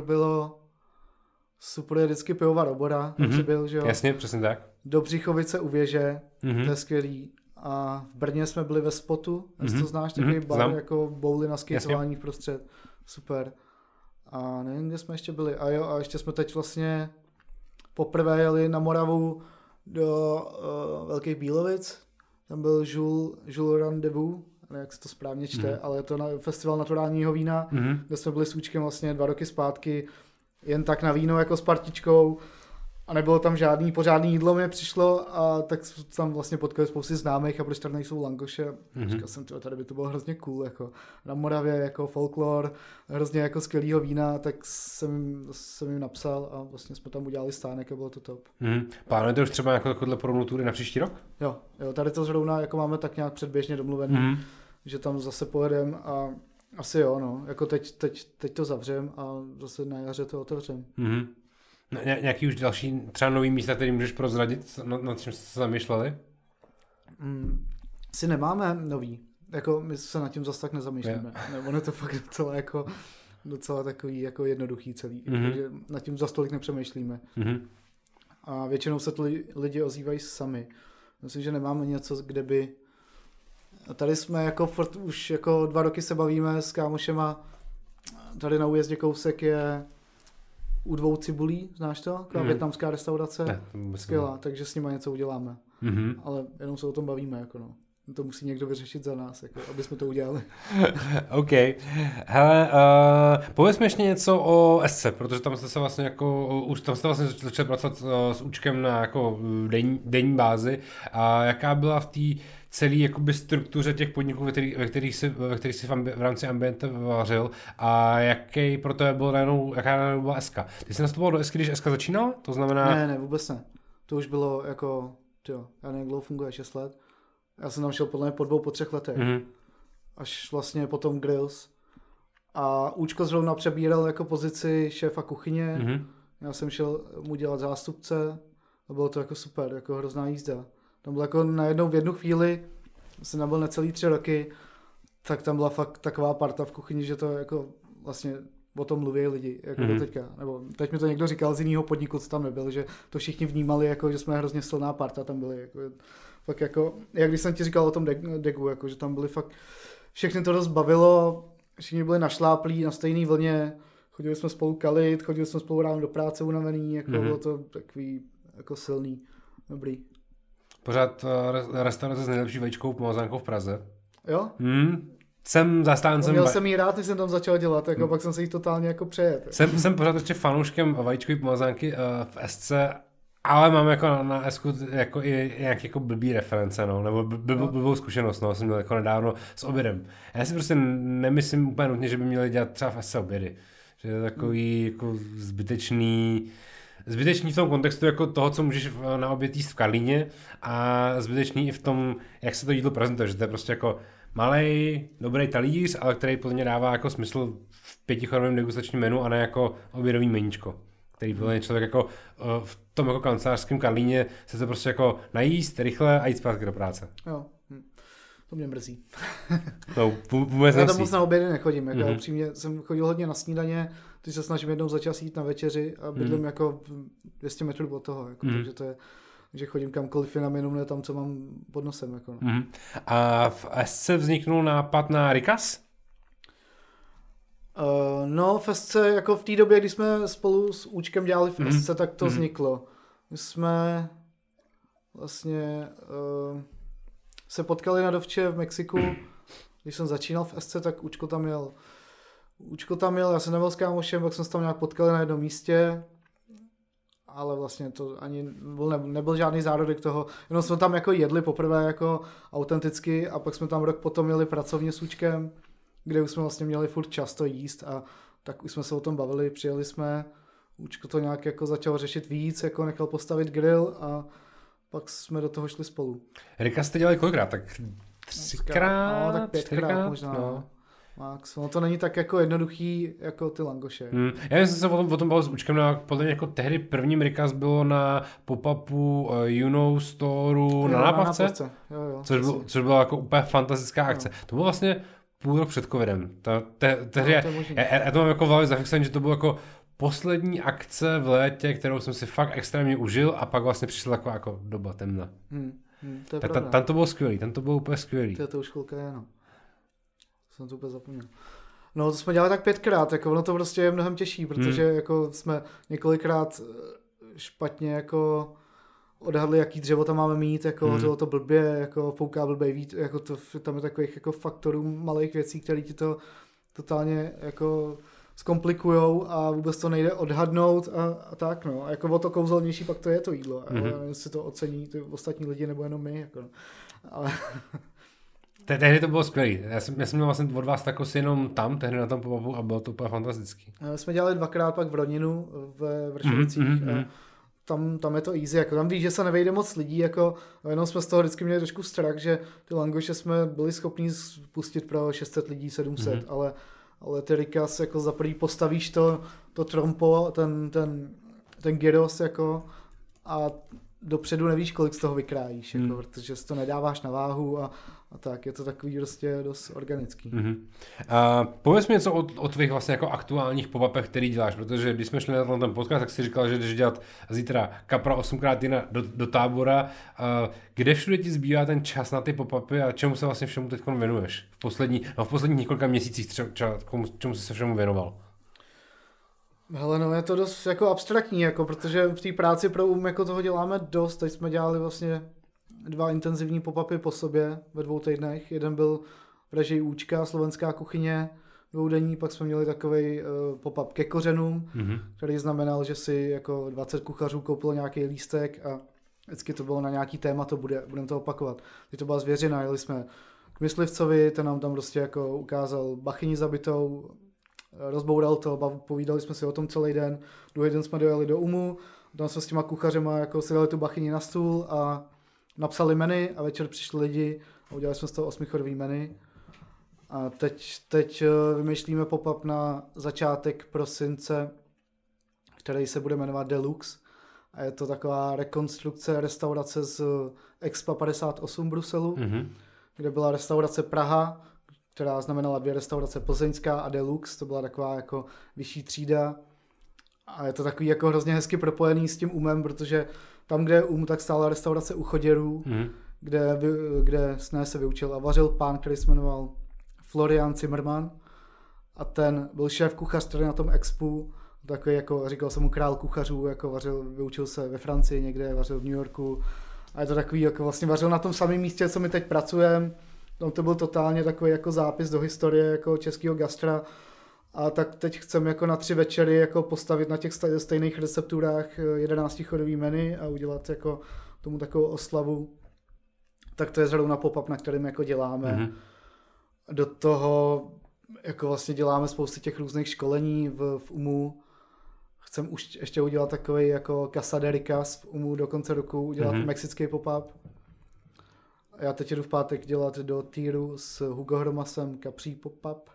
je vždycky pivovar Obora, byl, že jo?
Jasně, přesně tak.
Do Břichovice u věže, to je skvělý. A v Brně jsme byli ve Spotu, jestli to znáš, takový bar, jako bouly na skateování vprostřed. Super. A nevím, kde jsme ještě byli. A ještě jsme teď vlastně poprvé jeli na Moravu do Velkých Bílovic. Tam byl Jules Rendezvous, jak se to správně čte, ale je to festival naturálního vína, kde jsme byli s Účkem vlastně 2 roky zpátky, jen tak na víno jako s partičkou. A nebylo tam žádný pořádný jídlo, mi přišlo a tak tam vlastně potkali spousty známých a proč tady nejsou Langoše. Říkal jsem, tady by to bylo hrozně cool, jako na Moravě, jako folklor, hrozně jako skvělýho vína, tak jsem jim napsal a vlastně jsme tam udělali stánek a bylo to top.
Plánujete už třeba jako takovéhle podobnou tury na příští rok?
Jo, tady to zrovna jako máme tak nějak předběžně domluvený, že tam zase pojedem a asi jo, no, jako teď to zavřem a zase na jaře to otevřem.
Nějaký už další třeba nový místa, který můžeš prozradit, nad čím jste se zamýšleli?
Si nemáme nový. Jako my se nad tím zase tak nezamýšlíme. Ono je to fakt docela takový jako jednoduchý celý. Takže nad tím zase tolik nepřemýšlíme. A většinou se lidi ozývají sami. Myslím, že nemáme něco, kde by... A tady jsme jako už jako 2 roky se bavíme s kámošema. Tady na újezdě kousek je u 2 cibulí, znáš to? Taková vietnamská restaurace. Skvělá, takže s nima něco uděláme. Ale jenom se o tom bavíme, jako no. To musí někdo vyřešit za nás, jako, aby jsme to udělali.
OK. Hele, pověz mi ještě něco o SC, protože tam jste se vlastně jako, už tam jste vlastně začali pracovat s Účkem na jako denní bázi. A jaká byla v té celé jakoby struktuře těch podniků, ve kterých si v rámci Ambiente vařil a jaký pro tebe byl jaká byla SK? Ty jsi nastupoval do SK, když SK začínal? To znamená...
Ne, vůbec ne. To už bylo jako, já nevím, jak dlouho funguje, 6 let. Já jsem tam šel podle mě po 2, po 3 letech. Až vlastně potom Grills. A Účko zrovna přebíral jako pozici šéfa kuchyně. Já jsem šel mu dělat zástupce a bylo to jako super, jako hrozná jízda. Tam bylo jako najednou v jednu chvíli, jsem tam byl necelý 3 roky, tak tam byla fakt taková parta v kuchyni, že to jako vlastně o tom mluví lidi, jako do teďka. Nebo teď mi to někdo říkal z jiného podniku, co tam nebyl, že to všichni vnímali, jako, že jsme hrozně silná parta tam byli. Jako, fakt jako, jak když jsem ti říkal o tom degu, jako, že tam byli fakt, všechny to dost bavilo, všichni byli našláplí na stejné vlně, chodili jsme spolu kalit, chodili jsme spolu ráno do práce unavený, jako bylo to takový jako silný, dobrý.
Pořád restaurace s nejlepší vajíčkovou pomazánkou v Praze.
Jo?
Jsem zastáncem...
Měl jsem jí rád, když jsem tam začal dělat, jako pak jsem se jí totálně jako přejet.
Jsem pořád ještě fanouškem vajíčkové pomazánky v SC, ale mám jako na SK jako i nějaký jako blbý reference, no, nebo blbou zkušenost, no, jsem měl jako nedávno s obědem. Já si prostě nemyslím úplně nutně, že by měli dělat třeba v SC obědy. Že je takový jako zbytečný v tom kontextu jako toho, co můžeš na oběd jíst v Karlíně a zbytečný i v tom, jak se to jídlo prezentuje, že to je prostě jako malej, dobrý talíř, ale který podle mě dává jako smysl v 5chodovém degustačním menu a ne jako obědový meníčko, který podle mě člověk jako v tom jako kancelářském Karlíně se to prostě jako najíst rychle a jít zpátky do práce.
Jo, to mě mrzí.
No, vůbec
já tam moc na obědy nechodím, jako upřímně jsem chodil hodně na snídaně, teď se snažím jednou za čas jít na večeři a bydlím jako 200 metrů od toho, jako, takže to je, že chodím kamkoliv jinam, jenom ne tam, co mám pod nosem. Jako, no.
A v SC vzniknul nápad na Rikas?
No, v SC, jako v té době, kdy jsme spolu s Účkem dělali v SC, tak to vzniklo. My jsme vlastně se potkali na Dovče v Mexiku, když jsem začínal v SC, tak Účko tam jel, já jsem nebyl s kámošem, pak jsme se tam nějak potkali na jednom místě ale vlastně to ani nebyl žádný zárodek toho, jenom jsme tam jako jedli poprvé jako autenticky a pak jsme tam rok potom jeli pracovně s Účkem, kde už jsme vlastně měli furt často jíst a tak už jsme se o tom bavili, přijeli jsme, Účko to nějak jako začal řešit víc, jako nechal postavit grill a pak jsme do toho šli spolu.
Rika jste dělali kolikrát? Tak 3krát?
No, tak 5krát možná. No. Max, no to není tak jako jednoduchý jako ty langoše.
Já jsem se o tom bavil s Účkem, podle mě jako tehdy prvním Rikas bylo na pop-upu Juno Storeu na Nápavce,
jo,
což byla jako úplně fantastická akce. To bylo vlastně půl rok před covidem. Tehdy já to mám jako v hlavě zafixované, že to bylo jako poslední akce v létě, kterou jsem si fakt extrémně užil a pak vlastně přišla taková jako doba temna. Tam to bylo skvělý, tam to bylo úplně skvělý.
To už chvilka je, no. Jsem to úplně zapomněl. No to jsme dělali tak 5krát, jako ono to prostě je mnohem těžší, protože jako jsme několikrát špatně jako odhadli, jaký dřevo tam máme mít, jako hořelo to blbě, jako fouká blbě vít, jako to, tam je takových jako faktorů, malých věcí, které ti to totálně jako zkomplikujou a vůbec to nejde odhadnout a tak, no. A jako o to kouzelnější pak to je to jídlo, ale nevím, jestli to ocení ty ostatní lidi nebo jenom my, jako no. Ale...
Tehdy to bylo skvělý. Já jsem měl vlastně od vás tak asi jenom tam, tehdy na tom pop-upu a bylo to úplně fantastický.
Jsme dělali 2krát pak v Roninu v Vršovicích. Tam je to easy, jako tam víš, že se nevejde moc lidí, jako jenom jsme z toho vždycky měli trošku strach, že ty langoše jsme byli schopni pustit pro 600 lidí, 700, ale ty Rikas jako za prvý postavíš to trompo, ten gyros jako a dopředu nevíš, kolik z toho vykrájíš, jako, protože si to nedáváš na váhu a tak, je to takový prostě dost organický.
Pověz mi něco o tvých vlastně jako aktuálních pop-upech, který děláš, protože když jsme šli na ten podcast, tak jsi říkal, že jdeš dělat zítra Kapra 8x1 do Tábora. Kde všude ti zbývá ten čas na ty pop-upy a čemu se vlastně všemu teď věnuješ? V posledních několika měsících čemu jsi se všemu věnoval?
Hele, no je to dost jako abstraktní, jako, protože v té práci pro jako toho děláme dost. Teď jsme dělali vlastně 2 intenzivní pop-upy po sobě ve 2 týdnech. Jeden byl v režii Účka, slovenská kuchyně, 2denní, pak jsme měli takovej pop-up ke kořenům, který znamenal, že si jako 20 kuchařů koupilo nějaký lístek a vždycky to bylo na nějaký téma, budeme to opakovat. Teď to byla zvěřina, jeli jsme k myslivcovi, ten nám tam prostě jako ukázal bachyni zabitou, rozboural to, povídali jsme si o tom celý den, druhý den jsme dojeli do UMu, tam jsme s těma kuchařema jako si dali tu bachyni na stůl a napsali menu a večer přišli lidi a udělali jsme z toho 8chodový menu. A teď vymýšlíme pop-up na začátek prosince, který se bude jmenovat Deluxe. A je to taková rekonstrukce restaurace z Expa 58 Bruselu, kde byla restaurace Praha, která znamenala 2 restaurace, Plzeňská a Deluxe, to byla taková jako vyšší třída. A je to takový jako hrozně hezky propojený s tím UMem, protože tam, kde je tak stála restaurace u Choděrů, kde se vyučil a vařil pán, který se jmenoval Florian Zimmermann. A ten byl šéf kuchař tady na tom expu, takový jako, říkal jsem mu král kuchařů, jako vařil, vyučil se ve Francii někde, vařil v New Yorku. A je to takový, jako vlastně vařil na tom samém místě, co my teď pracujeme. Tam to byl totálně takový jako zápis do historie jako českého gastra. A tak teď chceme jako na 3 večery jako postavit na těch stejných recepturách 11chodový menu a udělat jako tomu takovou oslavu. Tak to je zrovna na pop-up, na kterém jako děláme. Do toho jako vlastně děláme spousty těch různých školení v UMu. Chcem už ještě udělat takový jako Casa de Ricas v UMu do konce roku, udělat mexický pop-up. Já teď jdu v pátek dělat do Týru s Hugo Hromasem Capří pop-up.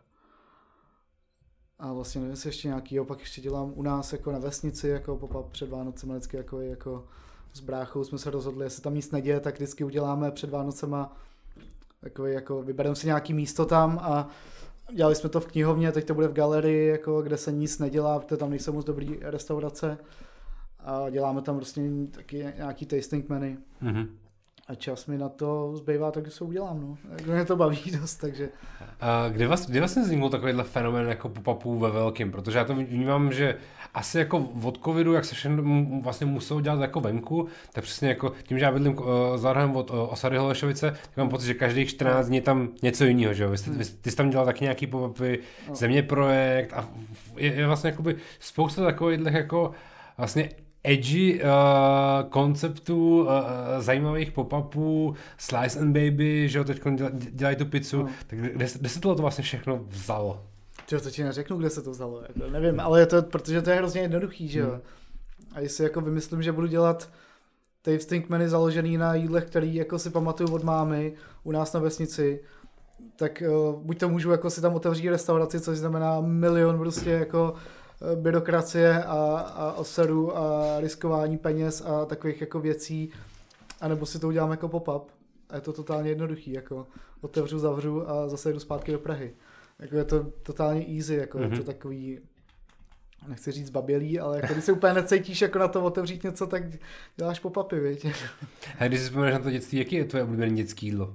A vlastně nevím, jestli ještě nějaký, pak ještě dělám u nás jako na vesnici, jako pop-up před Vánocema, vždycky jako s bráchou jsme se rozhodli, jestli tam nic neděje, tak vždycky uděláme před Vánocema, takový jako vybereme si nějaký místo tam a dělali jsme to v knihovně, teď to bude v galerii, jako, kde se nic nedělá, protože tam nejsou moc dobrý restaurace a děláme tam prostě taky nějaký tasting menu. A čas mi na to zbývá, takže se udělám, no. Mě to baví dost, takže...
A kdy vlastně vznikl takovýhle fenomén jako pop-upů ve velkým? Protože já to vnímám, že asi jako od covidu, jak se všechno vlastně muselo dělat jako venku, tak přesně jako tím, že já bydlím zároveň od Osady Holešovice, tak mám pocit, že každých 14 dní je tam něco jiného, že jo? Ty jsi tam dělal taky nějaký pop-upy, Země projekt a je vlastně jakoby spousta takových jako vlastně edgy konceptů, zajímavých pop-upů, Slice and Baby, že jo, teď dělají tu pizzu, tak kde se to vlastně všechno vzalo?
To ti neřeknu, kde se to vzalo, jako, nevím, ale je to, protože to je hrozně jednoduchý, že jo. A jestli jako vymyslím, že budu dělat tasting založený na jídlech, který jako si pamatuju od mámy u nás na vesnici, tak buď to můžu jako si tam otevřít restauraci, což znamená milion prostě jako byrokracie a oseru a riskování peněz a takových jako věcí, anebo si to udělám jako pop-up. A je to totálně jednoduchý, jako otevřu, zavřu a zase jdu zpátky do Prahy. Jako je to totálně easy, jako je to takový, nechci říct babělý, ale jako když se úplně necítíš jako na to otevřít něco, tak děláš pop-upy, viď?
A když si vzpomeneš na to dětství, jaký je tvoje oblíbené dětské jídlo?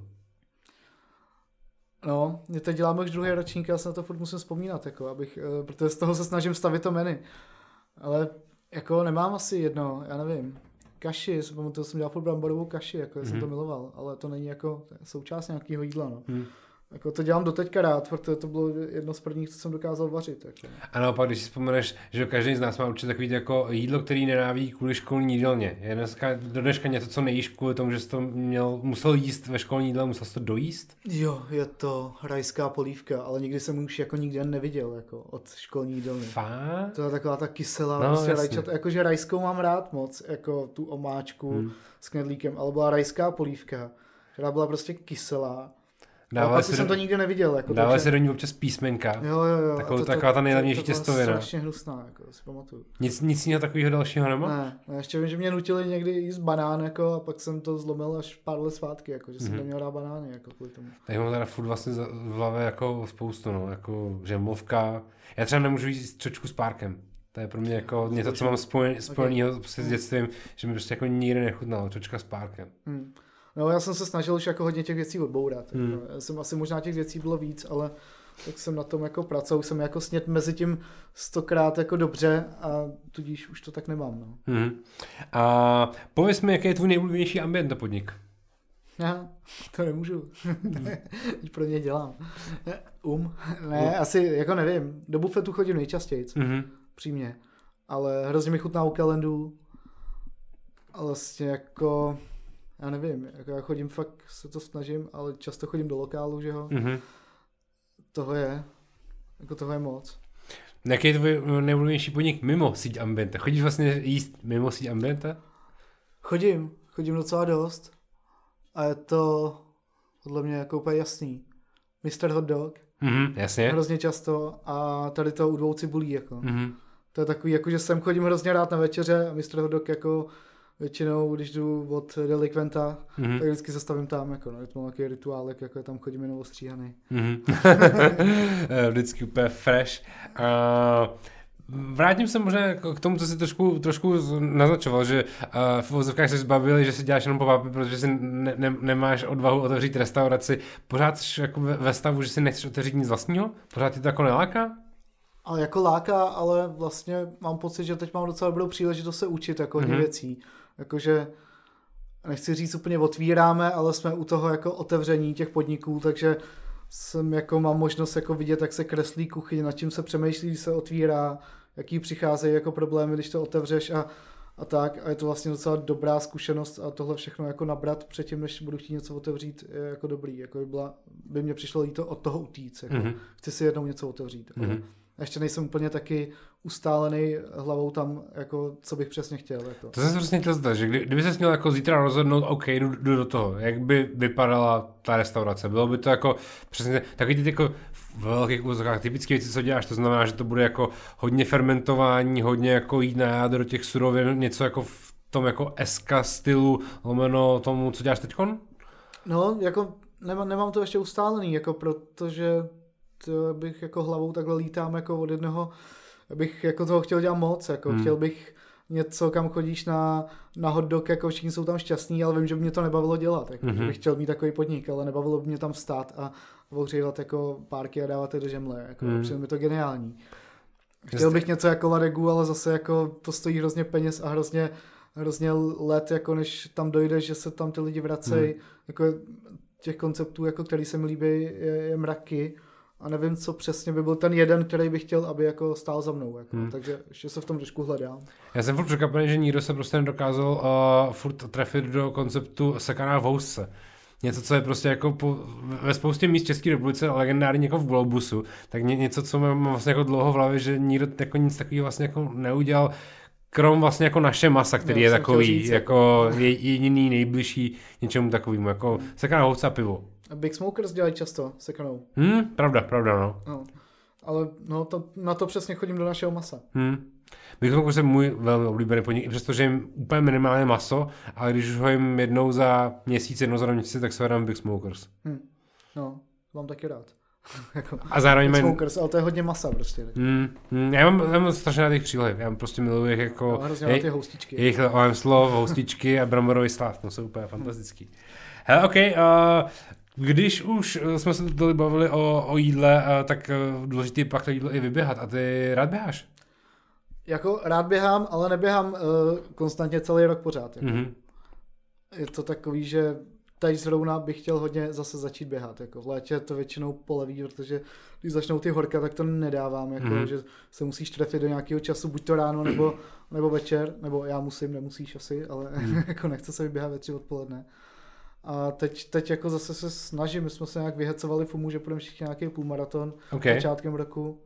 No, mě teď děláme už druhý ročník, já se na to furt musím vzpomínat, jako, protože z toho se snažím stavit to menu. Ale jako nemám asi jedno, já nevím. Kaši, to jsem dělal furt bramborovou kaši, jako jsem to miloval, ale to není jako součást nějakého jídla, no. Jako to dělám doteďka rád, protože to bylo jedno z prvních, co jsem dokázal vařit. Jako.
A naopak, když si vzpomeneš, že každý z nás má určitě takový jako jídlo, který nenávidí kvůli školní jídelně. Je do dneška něco, co nejíš kvůli tomu, že jsi to musel jíst ve školní jídle, musel jsi to dojíst?
Jo, je to rajská polívka, ale nikdy jsem už jako nikdy neviděl jako od školní jídelny.
Fakt?
To je taková ta kyselá, prostě rajčata, jakože rajskou mám rád moc, jako tu omáčku s knedlíkem, ale byla rajská polívka, která byla prostě kyselá. Ale jsem to nikdy neviděl. Jako
dával se do ní občas písmenka.
Jo.
Taková ta nejlevnější těstovina.
To strašně hnusná, jako si pamatuju.
Nic jiného takového dalšího nemá?
Ne, ještě vím, že mě nutili někdy jíst banán, jako, a pak jsem to zlomil až pár let zpátky, jako, že jsem neměl rád banány, jako kvůli tomu.
Tak mám teda furt vlastně v hlavě jako spoustu, no, jako žemlovka. Já třeba nemůžu jíst čočku s párkem. To je pro mě jako něco, co mám spojenýho s dětstvím, že mi prostě jako nikdy nechutnalo, čočka s párkem.
No, já jsem se snažil už jako hodně těch věcí odbourat. Já jsem asi možná těch věcí bylo víc, ale tak jsem na tom jako pracoval, jsem jako snět mezi tím 100krát jako dobře a tudíž už to tak nemám. No.
A pověz mi, jaký je tvůj nejoblíbenější ambient podnik?
Já to nemůžu. Teď pro ně dělám. Ne, asi jako nevím. Do bufetu chodím nejčastěji, přímě. Ale hrozně mi chutná u kalendů. Ale vlastně jako... Já nevím, jako já chodím fakt, se to snažím, ale často chodím do lokálu, že jo. Toho je moc.
Jaký je tvůj nejoblíbenější podnik mimo síť Ambiente? Chodíš vlastně jíst mimo síť Ambiente?
Chodím docela dost. A je to podle mě jako úplně jasný. Mr. Hot Dog.
Jasně.
Hrozně často a tady to u Dvou cibulí, jako. To je takový, jako že sem chodím hrozně rád na večeře a Mr. Hot Dog jako většinou, když jdu od delikventa, tak vždycky se stavím tam, jako, no, je to nějaký rituálek, jako tam chodím jenom ostříhaný.
Vždycky úplně fresh. Vrátím se možná k tomu, co jsi trošku naznačoval, že v uvozovkách se zbavili, že si děláš jenom pop-upy, protože si nemáš odvahu otevřít restauraci. Pořád jsi jako ve stavu, že si nechceš otevřít nic vlastního? Pořád ti to jako neláká?
Ale jako láká, ale vlastně mám pocit, že teď mám docela dobrou příležitost se učit jako hodně věcí. Jakože nechci říct úplně otvíráme, ale jsme u toho jako otevření těch podniků, takže jsem jako mám možnost jako vidět, jak se kreslí kuchyň, nad čím se přemýšlí, když se otvírá, jaký přicházejí jako problémy, když to otevřeš a tak. A je to vlastně docela dobrá zkušenost a tohle všechno jako nabrat předtím, než budu chtít něco otevřít, je jako dobrý. Jako by mě přišlo jít to od toho utíct. Jako. Chci si jednou něco otevřít. A ještě nejsem úplně taky ustálený hlavou tam, jako, co bych přesně chtěl. Jako.
To jsem se přesně chtěl zdat, že kdyby ses měl jako zítra rozhodnout, OK, jdu do toho, jak by vypadala ta restaurace? Bylo by to jako přesně takový ty jako v velkých úzkách typické věci, co děláš, to znamená, že to bude jako hodně fermentování, hodně jako jít na jádro těch surovin, něco jako v tom jako SK stylu, lomeno tomu, co děláš teďkon?
No, jako nemám to ještě ustálený, jako protože to bych jako hlavou takhle lítám jako od jednoho, bych jako toho chtěl dělat moc, jako chtěl bych něco, kam chodíš na hot dog, jako všichni jsou tam šťastní, ale vím, že by mě to nebavilo dělat, jako, že bych chtěl mít takový podnik, ale nebavilo by mě tam vstát a ohřívat jako párky a dávat je do žemle, jako přijde mi to geniální. Chtěl bych něco jako Ladegu, ale zase jako to stojí hrozně peněz a hrozně let, jako než tam dojdeš, že se tam ty lidi vracejí, jako těch konceptů, jako který se mi líbí, je mraky. a nevím, co přesně by byl ten jeden, který bych chtěl, aby jako stál za mnou. Jako. Takže ještě se v tom trošku hledám.
Já jsem furt překvapený, že nikdo se prostě nedokázal furt trefit do konceptu sekaná v housce. Něco, co je prostě jako ve spoustě míst v České republice legendární jako v Globusu, tak něco, co mám vlastně jako dlouho v hlavě, že nikdo jako nic takového vlastně jako neudělal, krom vlastně jako naše masa, který je takový, říct, jako jediný nejbližší něčemu takovému, jako sekaná housce a pivo.
A Big Smokers dělají často sekanou.
Pravda, no.
Ale no, na to přesně chodím do našeho masa.
Big Smokers je můj velmi oblíbený podnik, i přestože jim úplně minimálně maso, ale když už ho jim jednou za měsíc, tak se dám Big Smokers.
No, mám taky rád. Jako
a zároveň
mají... Smokers, ale to je hodně masa prostě.
Já mám strašně rád těch přílohy, já prostě miluji jejich jako...
ty houstičky.
Jejich slov, houstičky a bramborový sláv, to jsou úplně fantastický. Hele, okej, když už jsme se tady bavili o jídle, tak důležitý je pak to jídlo i vyběhat. A ty rád běháš?
Jako rád běhám, ale neběhám konstantně celý rok pořád. Jako. Je to takový, že teď zrovna bych chtěl hodně zase začít běhat. Jako v létě to většinou poleví, protože když začnou ty horka, tak to nedávám. Jako, že se musíš trefit do nějakého času, buď to ráno, nebo večer, nebo já nemusíš asi, ale jako nechce se vyběhat ve 3 odpoledne. A teď jako zase se snažím, my jsme se nějak vyhecovali v UMu, že půjdeme všichni nějaký půlmaraton začátkem roku.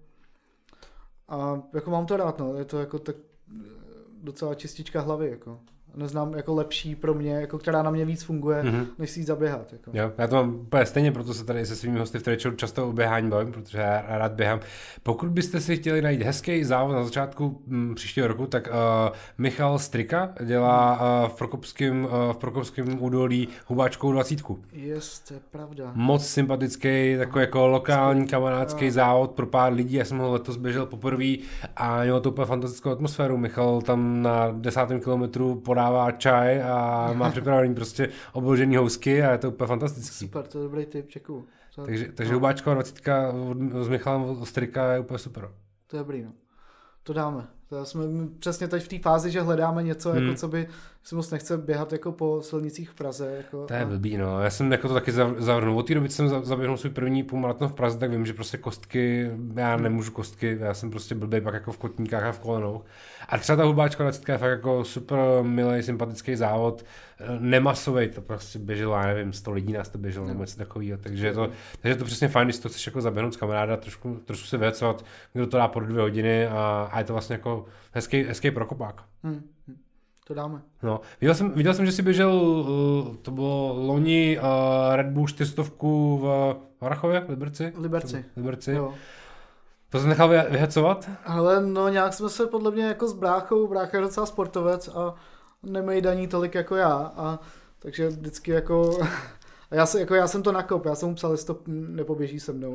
A jako mám to rád, no, je to jako tak docela čistička hlavy, jako. Neznám jako lepší pro mě, jako která na mě víc funguje, než si jít zaběhat. Jako.
Jo, já to mám úplně stejně, proto se tady se svými hosty v Trečoru často o běhání bavím, protože já rád běhám. Pokud byste si chtěli najít hezký závod na začátku příštího roku, tak Michal Strika dělá v Prokopském údolí Hubáčkovou 20.
Yes, to je pravda.
Moc sympatický, takový jako lokální kamarádský závod pro pár lidí. Já jsem ho letos běžel poprvé a mělo to úplně fantastickou atmosféru. Michal tam na 10. kilometru podává čaj a má připravený prostě obložený housky a je to úplně fantastický.
Super, to je dobrý tip, čekuju.
Takže Hubáčková 20 s Michalem Ostrika je úplně super.
To je dobrý, no. To dáme. To jsme přesně teď v té fázi, že hledáme něco, jako co by si moc nechce běhat jako po silnicích v Praze. Jako,
to je blbý, no. Já jsem jako to taky zavrhnul. Od té doby jsem zaběhnul svůj první půlmaraton v Praze, tak vím, že prostě kostky, já nemůžu kostky, já jsem prostě blbej pak jako v kotníkách a v kolenou. A třeba ta Hubáčka 20 je fakt jako super milý, sympatický závod, nemasovej, to prostě běželo, já nevím, 100 lidí nás to běželo, nebo něco takového, takže je to přesně fajn, když to chceš jako zaběhnout s kamaráda, trošku si vyhecovat, kdo to dá po 2 hodiny a je to vlastně jako hezký prokopák.
To dáme.
No, viděl jsem, že jsi běžel, to bylo loni Red Bull 400 v Harrachově, Liberci.
Jo.
To jsi nechal vyhecovat?
Ale no nějak jsme se podle mě jako s bráchou, brácha je docela sportovec a nemejdaní tolik jako já, a takže vždycky jako, já jsem to nakop, já jsem mu psal, jestli to nepoběží se mnou.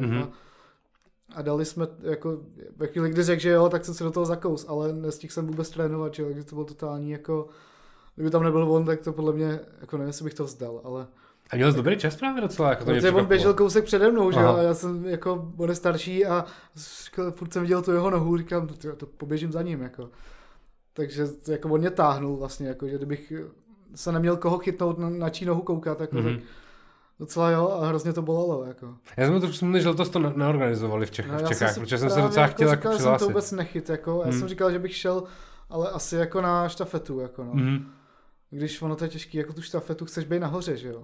A dali jsme, jako, ve chvíli, kdy řekl, že jo, tak jsem se do toho zakous, ale nestihl jsem vůbec trénovat, že jo, takže to bylo totální, jako, kdyby tam nebyl on, tak to podle mě, jako nevím, jestli bych to vzdal, ale...
A měl jsi dobrý čas právě docela, jako to mě
on běžel kousek přede mnou, že jo, a já jsem, jako, on je starší a furt jsem viděl tu jeho nohu, říkám, to poběžím za ním, jako. Takže, jako, on mě táhnul vlastně, jako, že kdybych se neměl koho chytnout, na čí nohu koukat, jako, tak docela jo, a hrozně to bolelo, jako.
Já jsem to smutný, že letos to neorganizovali v Čechách, protože jsem se docela
jako
chtěl
říkal,
jako přihlásit.
Jsem to vůbec nechyt, jako, já jsem říkal, že bych šel, ale asi jako na štafetu, jako no. Když ono to je těžký, jako tu štafetu chceš být nahoře, že jo.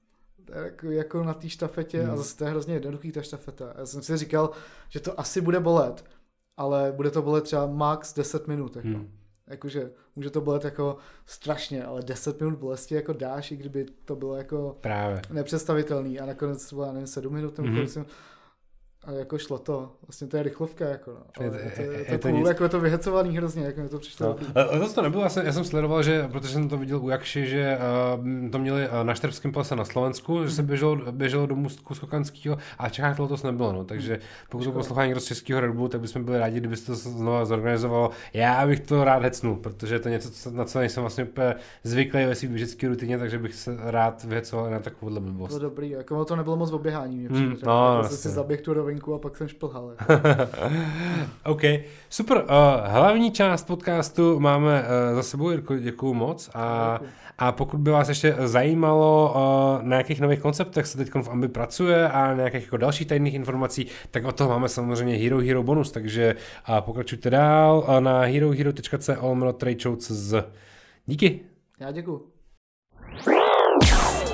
Jako na té štafetě a zase to je hrozně jednoduchý ta štafeta. Já jsem si říkal, že to asi bude bolet, ale bude to bolet třeba max 10 minut, jako. Jakože může to bolet jako strašně, ale 10 minut bolesti jako dáš, i kdyby to bylo jako
právě
nepředstavitelný a nakonec to bylo, nevím, 7 minut, a jako šlo to. Vlastně to je rychlovka, jako no. Je to cool, jako je to vyhecovaný hrozně, jako mi to přišlo.
No. To nebylo, já jsem sledoval, že, protože jsem to viděl u Jakši, že to měli na Štrbském plese na Slovensku, že se běželo do Můstku Skokanského a v Čechách to letos nebylo, no. Takže pokud to poslouchá někdo z českého Red Bullu, tak bychom byli rádi, kdyby se to znovu zorganizovalo. Já bych to rád hecnul, protože je to něco, na co nejsem vlastně úplně zvyklý ve svým běžecké rutině, takže bych se rád vyhecoval na takovouhle blbost.
To dobrý, jako to nebylo moc oběhání, mě
přijde.
Si zaběh tu myšlenku a pak jsem šplhal.
OK, super. Hlavní část podcastu máme za sebou, Jirko, děkuju moc. A pokud by vás ještě zajímalo, na jakých nových konceptech se teď v Ambi pracuje a na nějakých jako dalších tajných informací, tak od toho máme samozřejmě Hero bonus, takže pokračujte dál na herohero.co/trade show. Díky.
Já děkuju.